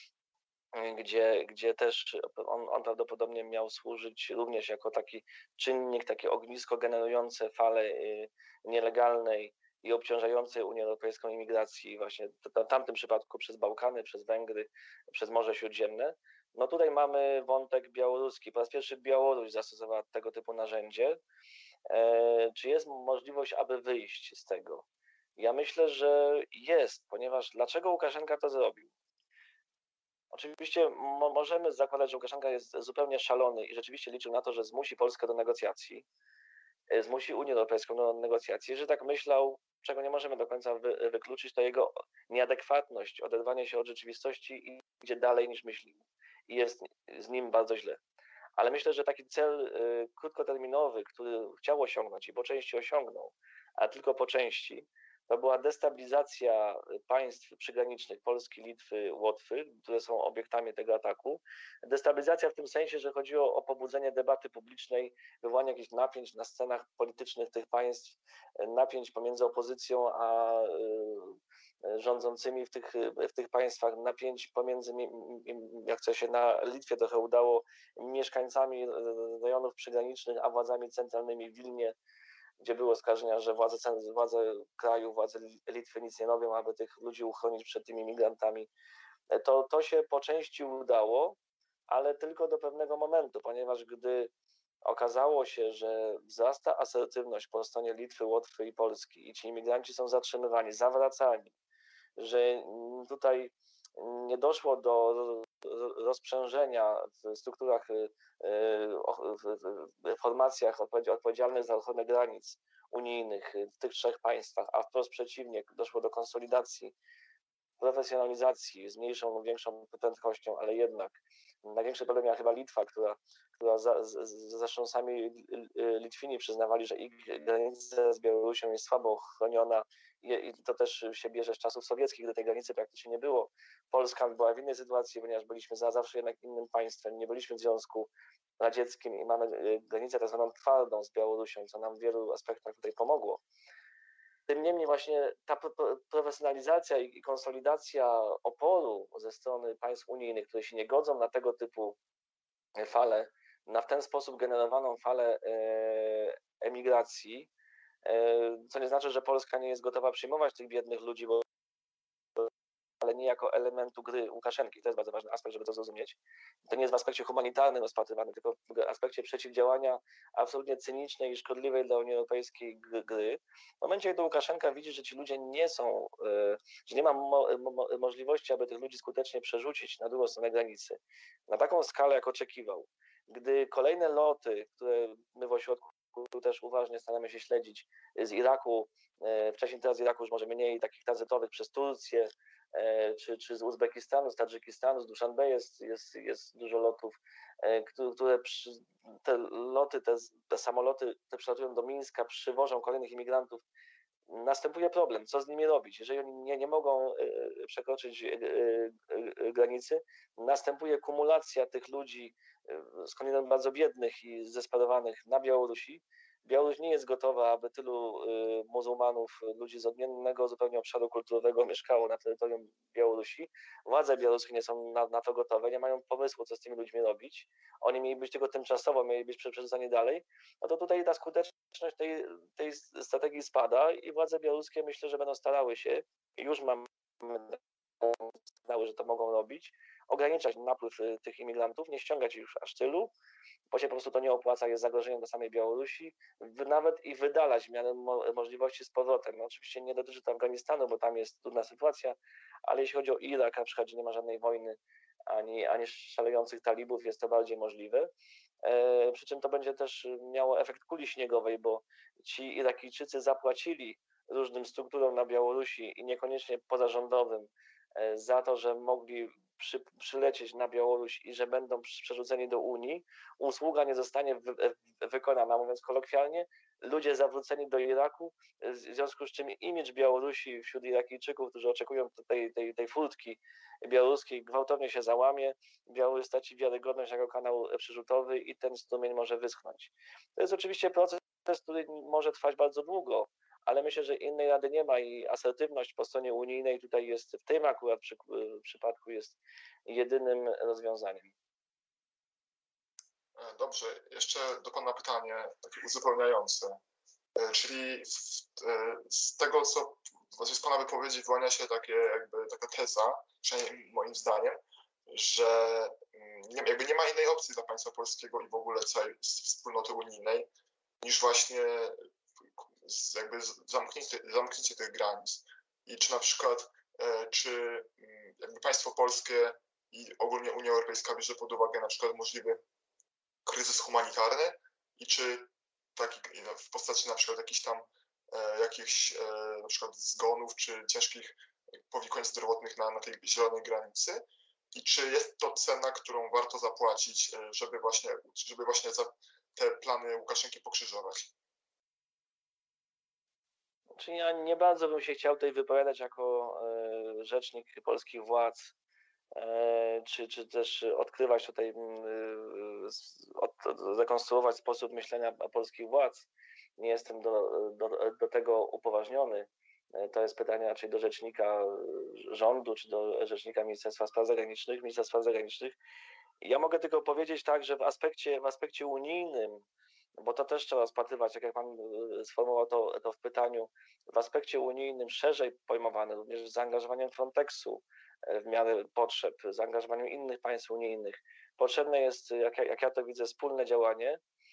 gdzie, gdzie też on, on prawdopodobnie miał służyć również jako taki czynnik, takie ognisko generujące falę nielegalnej i obciążającej Unię Europejską imigracji właśnie w tamtym przypadku przez Bałkany, przez Węgry, przez Morze Śródziemne. No tutaj mamy wątek białoruski. Po raz pierwszy Białoruś zastosowała tego typu narzędzie. E, czy jest możliwość, aby wyjść z tego? Ja myślę, że jest, ponieważ dlaczego Łukaszenka to zrobił? Oczywiście mo- możemy zakładać, że Łukaszenka jest zupełnie szalony i rzeczywiście liczył na to, że zmusi Polskę do negocjacji, zmusi Unię Europejską do negocjacji. Jeżeli tak myślał, czego nie możemy do końca wy- wykluczyć, to jego nieadekwatność, oderwanie się od rzeczywistości i idzie dalej niż myślił. I jest z nim bardzo źle. Ale myślę, że taki cel y, krótkoterminowy, który chciał osiągnąć i po części osiągnął, a tylko po części, to była destabilizacja państw przygranicznych Polski, Litwy, Łotwy, które są obiektami tego ataku. Destabilizacja w tym sensie, że chodziło o pobudzenie debaty publicznej, wywołanie jakichś napięć na scenach politycznych tych państw, napięć pomiędzy opozycją a y, rządzącymi w tych, w tych państwach, napięć pomiędzy, jak to się na Litwie trochę udało, mieszkańcami rejonów przygranicznych, a władzami centralnymi w Wilnie, gdzie były oskarżenia, że władze, władze kraju, władze Litwy nic nie robią, aby tych ludzi uchronić przed tymi migrantami. To, to się po części udało, ale tylko do pewnego momentu, ponieważ gdy okazało się, że wzrasta asertywność po stronie Litwy, Łotwy i Polski i ci imigranci są zatrzymywani, zawracani, że tutaj nie doszło do rozprzężenia w strukturach, w formacjach odpowiedzialnych za ochronę granic unijnych w tych trzech państwach, a wprost przeciwnie, doszło do konsolidacji, profesjonalizacji z mniejszą lub większą prędkością, ale jednak największy problem miała chyba Litwa, która, która za, z, zresztą sami Litwini przyznawali, że ich granica z Białorusią jest słabo chroniona i, i to też się bierze z czasów sowieckich, gdy tej granicy praktycznie nie było. Polska była w innej sytuacji, ponieważ byliśmy za zawsze jednak innym państwem, nie byliśmy w Związku Radzieckim i mamy granicę tak zwaną twardą z Białorusią, co nam w wielu aspektach tutaj pomogło. Tym niemniej właśnie ta profesjonalizacja i konsolidacja oporu ze strony państw unijnych, które się nie godzą na tego typu falę, na w ten sposób generowaną falę emigracji, co nie znaczy, że Polska nie jest gotowa przyjmować tych biednych ludzi, bo ale nie jako elementu gry Łukaszenki. To jest bardzo ważny aspekt, żeby to zrozumieć. To nie jest w aspekcie humanitarnym rozpatrywane, tylko w aspekcie przeciwdziałania absolutnie cynicznej i szkodliwej dla Unii Europejskiej gry. W momencie, gdy Łukaszenka widzi, że ci ludzie nie są, że nie ma mo mo możliwości, aby tych ludzi skutecznie przerzucić na drugą stronę granicy, na taką skalę, jak oczekiwał, gdy kolejne loty, które my w ośrodku też uważnie staramy się śledzić, z Iraku, wcześniej teraz z Iraku już może mniej, takich tranzytowych przez Turcję, Czy, czy z Uzbekistanu, z Tadżykistanu, z Duszanbe jest, jest, jest dużo lotów, które przy, te loty, te, te samoloty, te przylatują do Mińska, przywożą kolejnych imigrantów. Następuje problem, co z nimi robić? Jeżeli oni nie, nie mogą przekroczyć granicy, następuje kumulacja tych ludzi, skądinąd bardzo biednych i zdesperowanych na Białorusi. Białoruś nie jest gotowa, aby tylu y, muzułmanów, ludzi z odmiennego zupełnie obszaru kulturowego mieszkało na terytorium Białorusi. Władze białoruskie nie są na, na to gotowe, nie mają pomysłu, co z tymi ludźmi robić. Oni mieli być tylko tymczasowo, mieli być przerzucani dalej. No to tutaj ta skuteczność tej, tej strategii spada i władze białoruskie myślę, że będą starały się, i już mamy sygnały, że to mogą robić, ograniczać napływ tych imigrantów, nie ściągać już aż tylu, bo się po prostu to nie opłaca, jest zagrożeniem dla samej Białorusi, nawet i wydalać w miarę mo możliwości z powrotem. No oczywiście nie dotyczy to Afganistanu, bo tam jest trudna sytuacja, ale jeśli chodzi o Irak, na przykład, gdzie nie ma żadnej wojny, ani, ani szalejących talibów, jest to bardziej możliwe. E, przy czym to będzie też miało efekt kuli śniegowej, bo ci Irakijczycy zapłacili różnym strukturom na Białorusi i niekoniecznie pozarządowym e, za to, że mogli Przy, przylecieć na Białoruś i że będą przerzuceni do Unii, usługa nie zostanie wy, wykonana, mówiąc kolokwialnie, ludzie zawróceni do Iraku, w związku z czym imidż Białorusi wśród Irakijczyków, którzy oczekują tej, tej, tej furtki białoruskiej, gwałtownie się załamie, Białoruś straci wiarygodność jako kanał przerzutowy i ten strumień może wyschnąć. To jest oczywiście proces, który może trwać bardzo długo, ale myślę, że innej rady nie ma i asertywność po stronie unijnej tutaj jest, w tym akurat przy, w przypadku jest jedynym rozwiązaniem. Dobrze, jeszcze do Pana pytanie takie uzupełniające, czyli z, z tego, co znaczy z Pana wypowiedzi wyłania się takie, jakby taka teza, przynajmniej moim zdaniem, że nie, jakby nie ma innej opcji dla państwa polskiego i w ogóle całej wspólnoty unijnej niż właśnie jakby zamknięcie, zamknięcie tych granic. I czy na przykład, czy jakby państwo polskie i ogólnie Unia Europejska bierze pod uwagę na przykład możliwy kryzys humanitarny i czy taki w postaci na przykład jakichś tam jakichś na przykład zgonów czy ciężkich powikłań zdrowotnych na, na tej zielonej granicy i czy jest to cena, którą warto zapłacić, żeby właśnie, żeby właśnie za te plany Łukaszenki pokrzyżować? Czyli ja nie bardzo bym się chciał tutaj wypowiadać jako rzecznik polskich władz, czy, czy też odkrywać tutaj, od, rekonstruować sposób myślenia polskich władz. Nie jestem do, do, do tego upoważniony. To jest pytanie raczej do rzecznika rządu, czy do rzecznika Ministerstwa Spraw Zagranicznych, Ministerstwa Spraw Zagranicznych. Ja mogę tylko powiedzieć tak, że w aspekcie, w aspekcie unijnym, bo to też trzeba rozpatrywać, jak, jak Pan sformułował to, to w pytaniu, w aspekcie unijnym szerzej pojmowane, również z zaangażowaniem Frontexu w miarę potrzeb, zaangażowaniem innych państw unijnych. Potrzebne jest, jak, jak ja to widzę, wspólne działanie,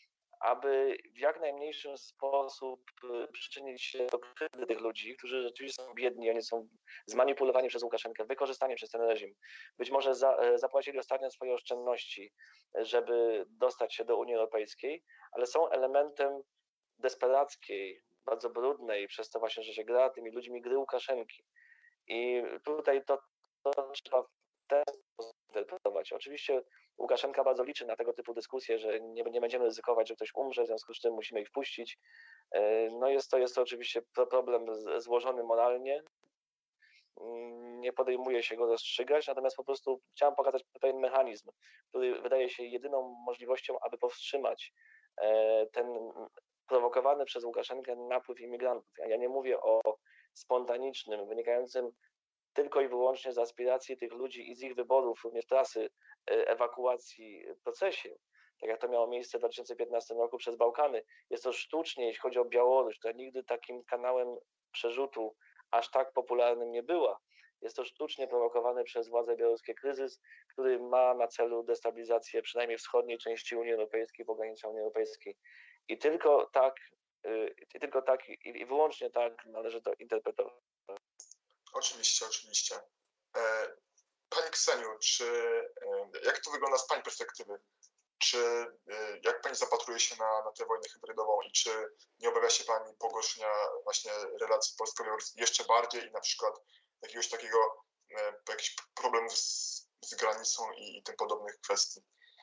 aby w jak najmniejszy sposób przyczynić się do krzywdy tych ludzi, którzy rzeczywiście są biedni, oni są zmanipulowani przez Łukaszenkę, wykorzystani przez ten reżim. Być może za, zapłacili ostatnio swoje oszczędności, żeby dostać się do Unii Europejskiej, ale są elementem desperackiej, bardzo brudnej, przez to właśnie, że się gra tymi ludźmi, gry Łukaszenki. I tutaj to, to trzeba w ten sposób interpretować. Oczywiście Łukaszenka bardzo liczy na tego typu dyskusje, że nie, nie będziemy ryzykować, że ktoś umrze, w związku z czym musimy ich wpuścić. No jest to, jest to oczywiście problem złożony moralnie. Nie podejmuje się go rozstrzygać, natomiast po prostu chciałem pokazać pewien mechanizm, który wydaje się jedyną możliwością, aby powstrzymać ten prowokowany przez Łukaszenkę napływ imigrantów. Ja nie mówię o spontanicznym, wynikającym tylko i wyłącznie z aspiracji tych ludzi i z ich wyborów, również trasy ewakuacji procesie, tak jak to miało miejsce w dwa tysiące piętnastym roku przez Bałkany. Jest to sztucznie, jeśli chodzi o Białoruś, która nigdy takim kanałem przerzutu aż tak popularnym nie była. Jest to sztucznie prowokowany przez władze białoruskie kryzys, który ma na celu destabilizację przynajmniej wschodniej części Unii Europejskiej, pogranicza Unii Europejskiej. I tylko tak, i tylko tak i wyłącznie tak należy to interpretować. Oczywiście, oczywiście. Pani Kseniu, czy, jak to wygląda z Pani perspektywy? Czy, jak Pani zapatruje się na, na tę wojnę hybrydową i czy nie obawia się Pani pogorszenia właśnie relacji polsko-białoruskich jeszcze bardziej i na przykład jakiegoś takiego, jakichś problemów z, z granicą i, i tym podobnych kwestii?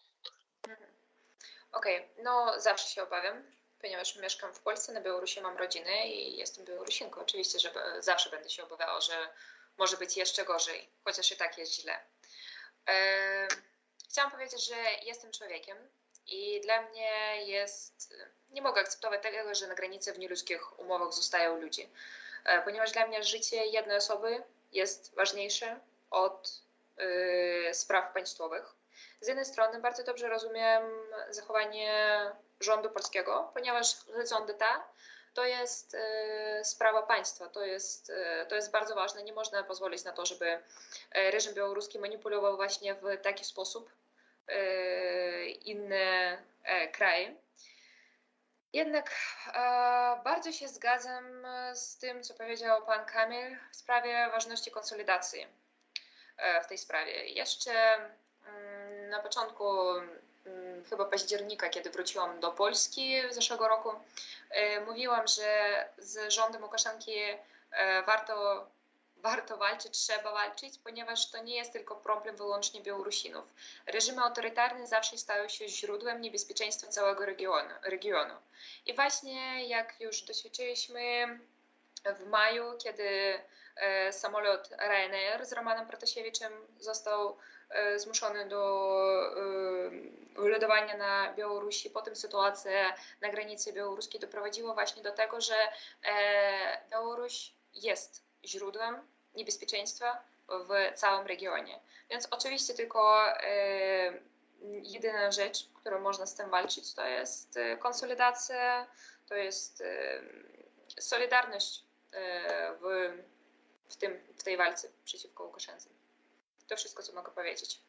Okej, okay. No zawsze się obawiam, ponieważ mieszkam w Polsce, na Białorusi mam rodzinę i jestem Białorusinką. Oczywiście, że zawsze będę się obawiała, że może być jeszcze gorzej, chociaż i tak jest źle. Eee, chciałam powiedzieć, że jestem człowiekiem i dla mnie jest, nie mogę akceptować tego, że na granicy w nieludzkich umowach zostają ludzie, eee, ponieważ dla mnie życie jednej osoby jest ważniejsze od yy, spraw państwowych. Z jednej strony bardzo dobrze rozumiem zachowanie rządu polskiego, ponieważ raison d'etat to jest y, sprawa państwa, to jest, y, to jest bardzo ważne. Nie można pozwolić na to, żeby reżim białoruski manipulował właśnie w taki sposób y, inne y, kraje. Jednak e, bardzo się zgadzam z tym, co powiedział pan Kamil w sprawie ważności konsolidacji e, w tej sprawie. Jeszcze na początku chyba października, kiedy wróciłam do Polski w zeszłego roku, mówiłam, że z rządem Łukaszenki warto, warto walczyć, trzeba walczyć, ponieważ to nie jest tylko problem wyłącznie Białorusinów. Reżimy autorytarne zawsze stają się źródłem niebezpieczeństwa całego regionu. regionu. I właśnie jak już doświadczyliśmy w maju, kiedy samolot Ryanair z Romanem Protasiewiczem został zmuszony do wylądowania na Białorusi. Potem sytuacja na granicy białoruskiej doprowadziła właśnie do tego, że Białoruś jest źródłem niebezpieczeństwa w całym regionie. Więc oczywiście tylko jedyna rzecz, którą można z tym walczyć, to jest konsolidacja, to jest solidarność w, w, tym, w tej walce przeciwko Łukaszence. To wszystko, co mogę powiedzieć.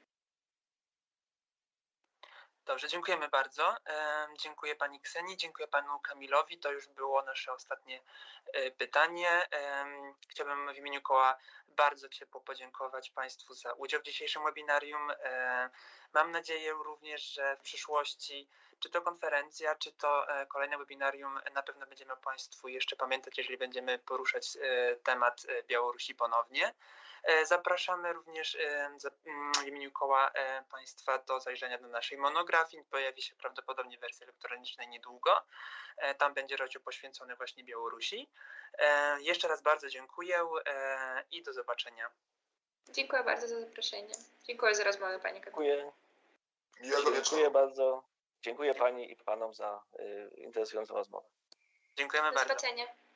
Dobrze, dziękujemy bardzo. Dziękuję pani Ksenii, dziękuję panu Kamilowi. To już było nasze ostatnie pytanie. Chciałbym w imieniu koła bardzo ciepło podziękować państwu za udział w dzisiejszym webinarium. Mam nadzieję również, że w przyszłości czy to konferencja, czy to kolejne webinarium na pewno będziemy państwu jeszcze pamiętać, jeżeli będziemy poruszać temat Białorusi ponownie. Zapraszamy również w imieniu koła państwa do zajrzenia do naszej monografii. Pojawi się prawdopodobnie w wersji elektronicznej niedługo. Tam będzie rozdział poświęcony właśnie Białorusi. Jeszcze raz bardzo dziękuję i do zobaczenia. Dziękuję bardzo za zaproszenie. Dziękuję za rozmowę, panie kapitanie. Dziękuję. Dziękuję bardzo. Dziękuję pani i panom za y, interesującą rozmowę. Dziękujemy do bardzo. Do zobaczenia.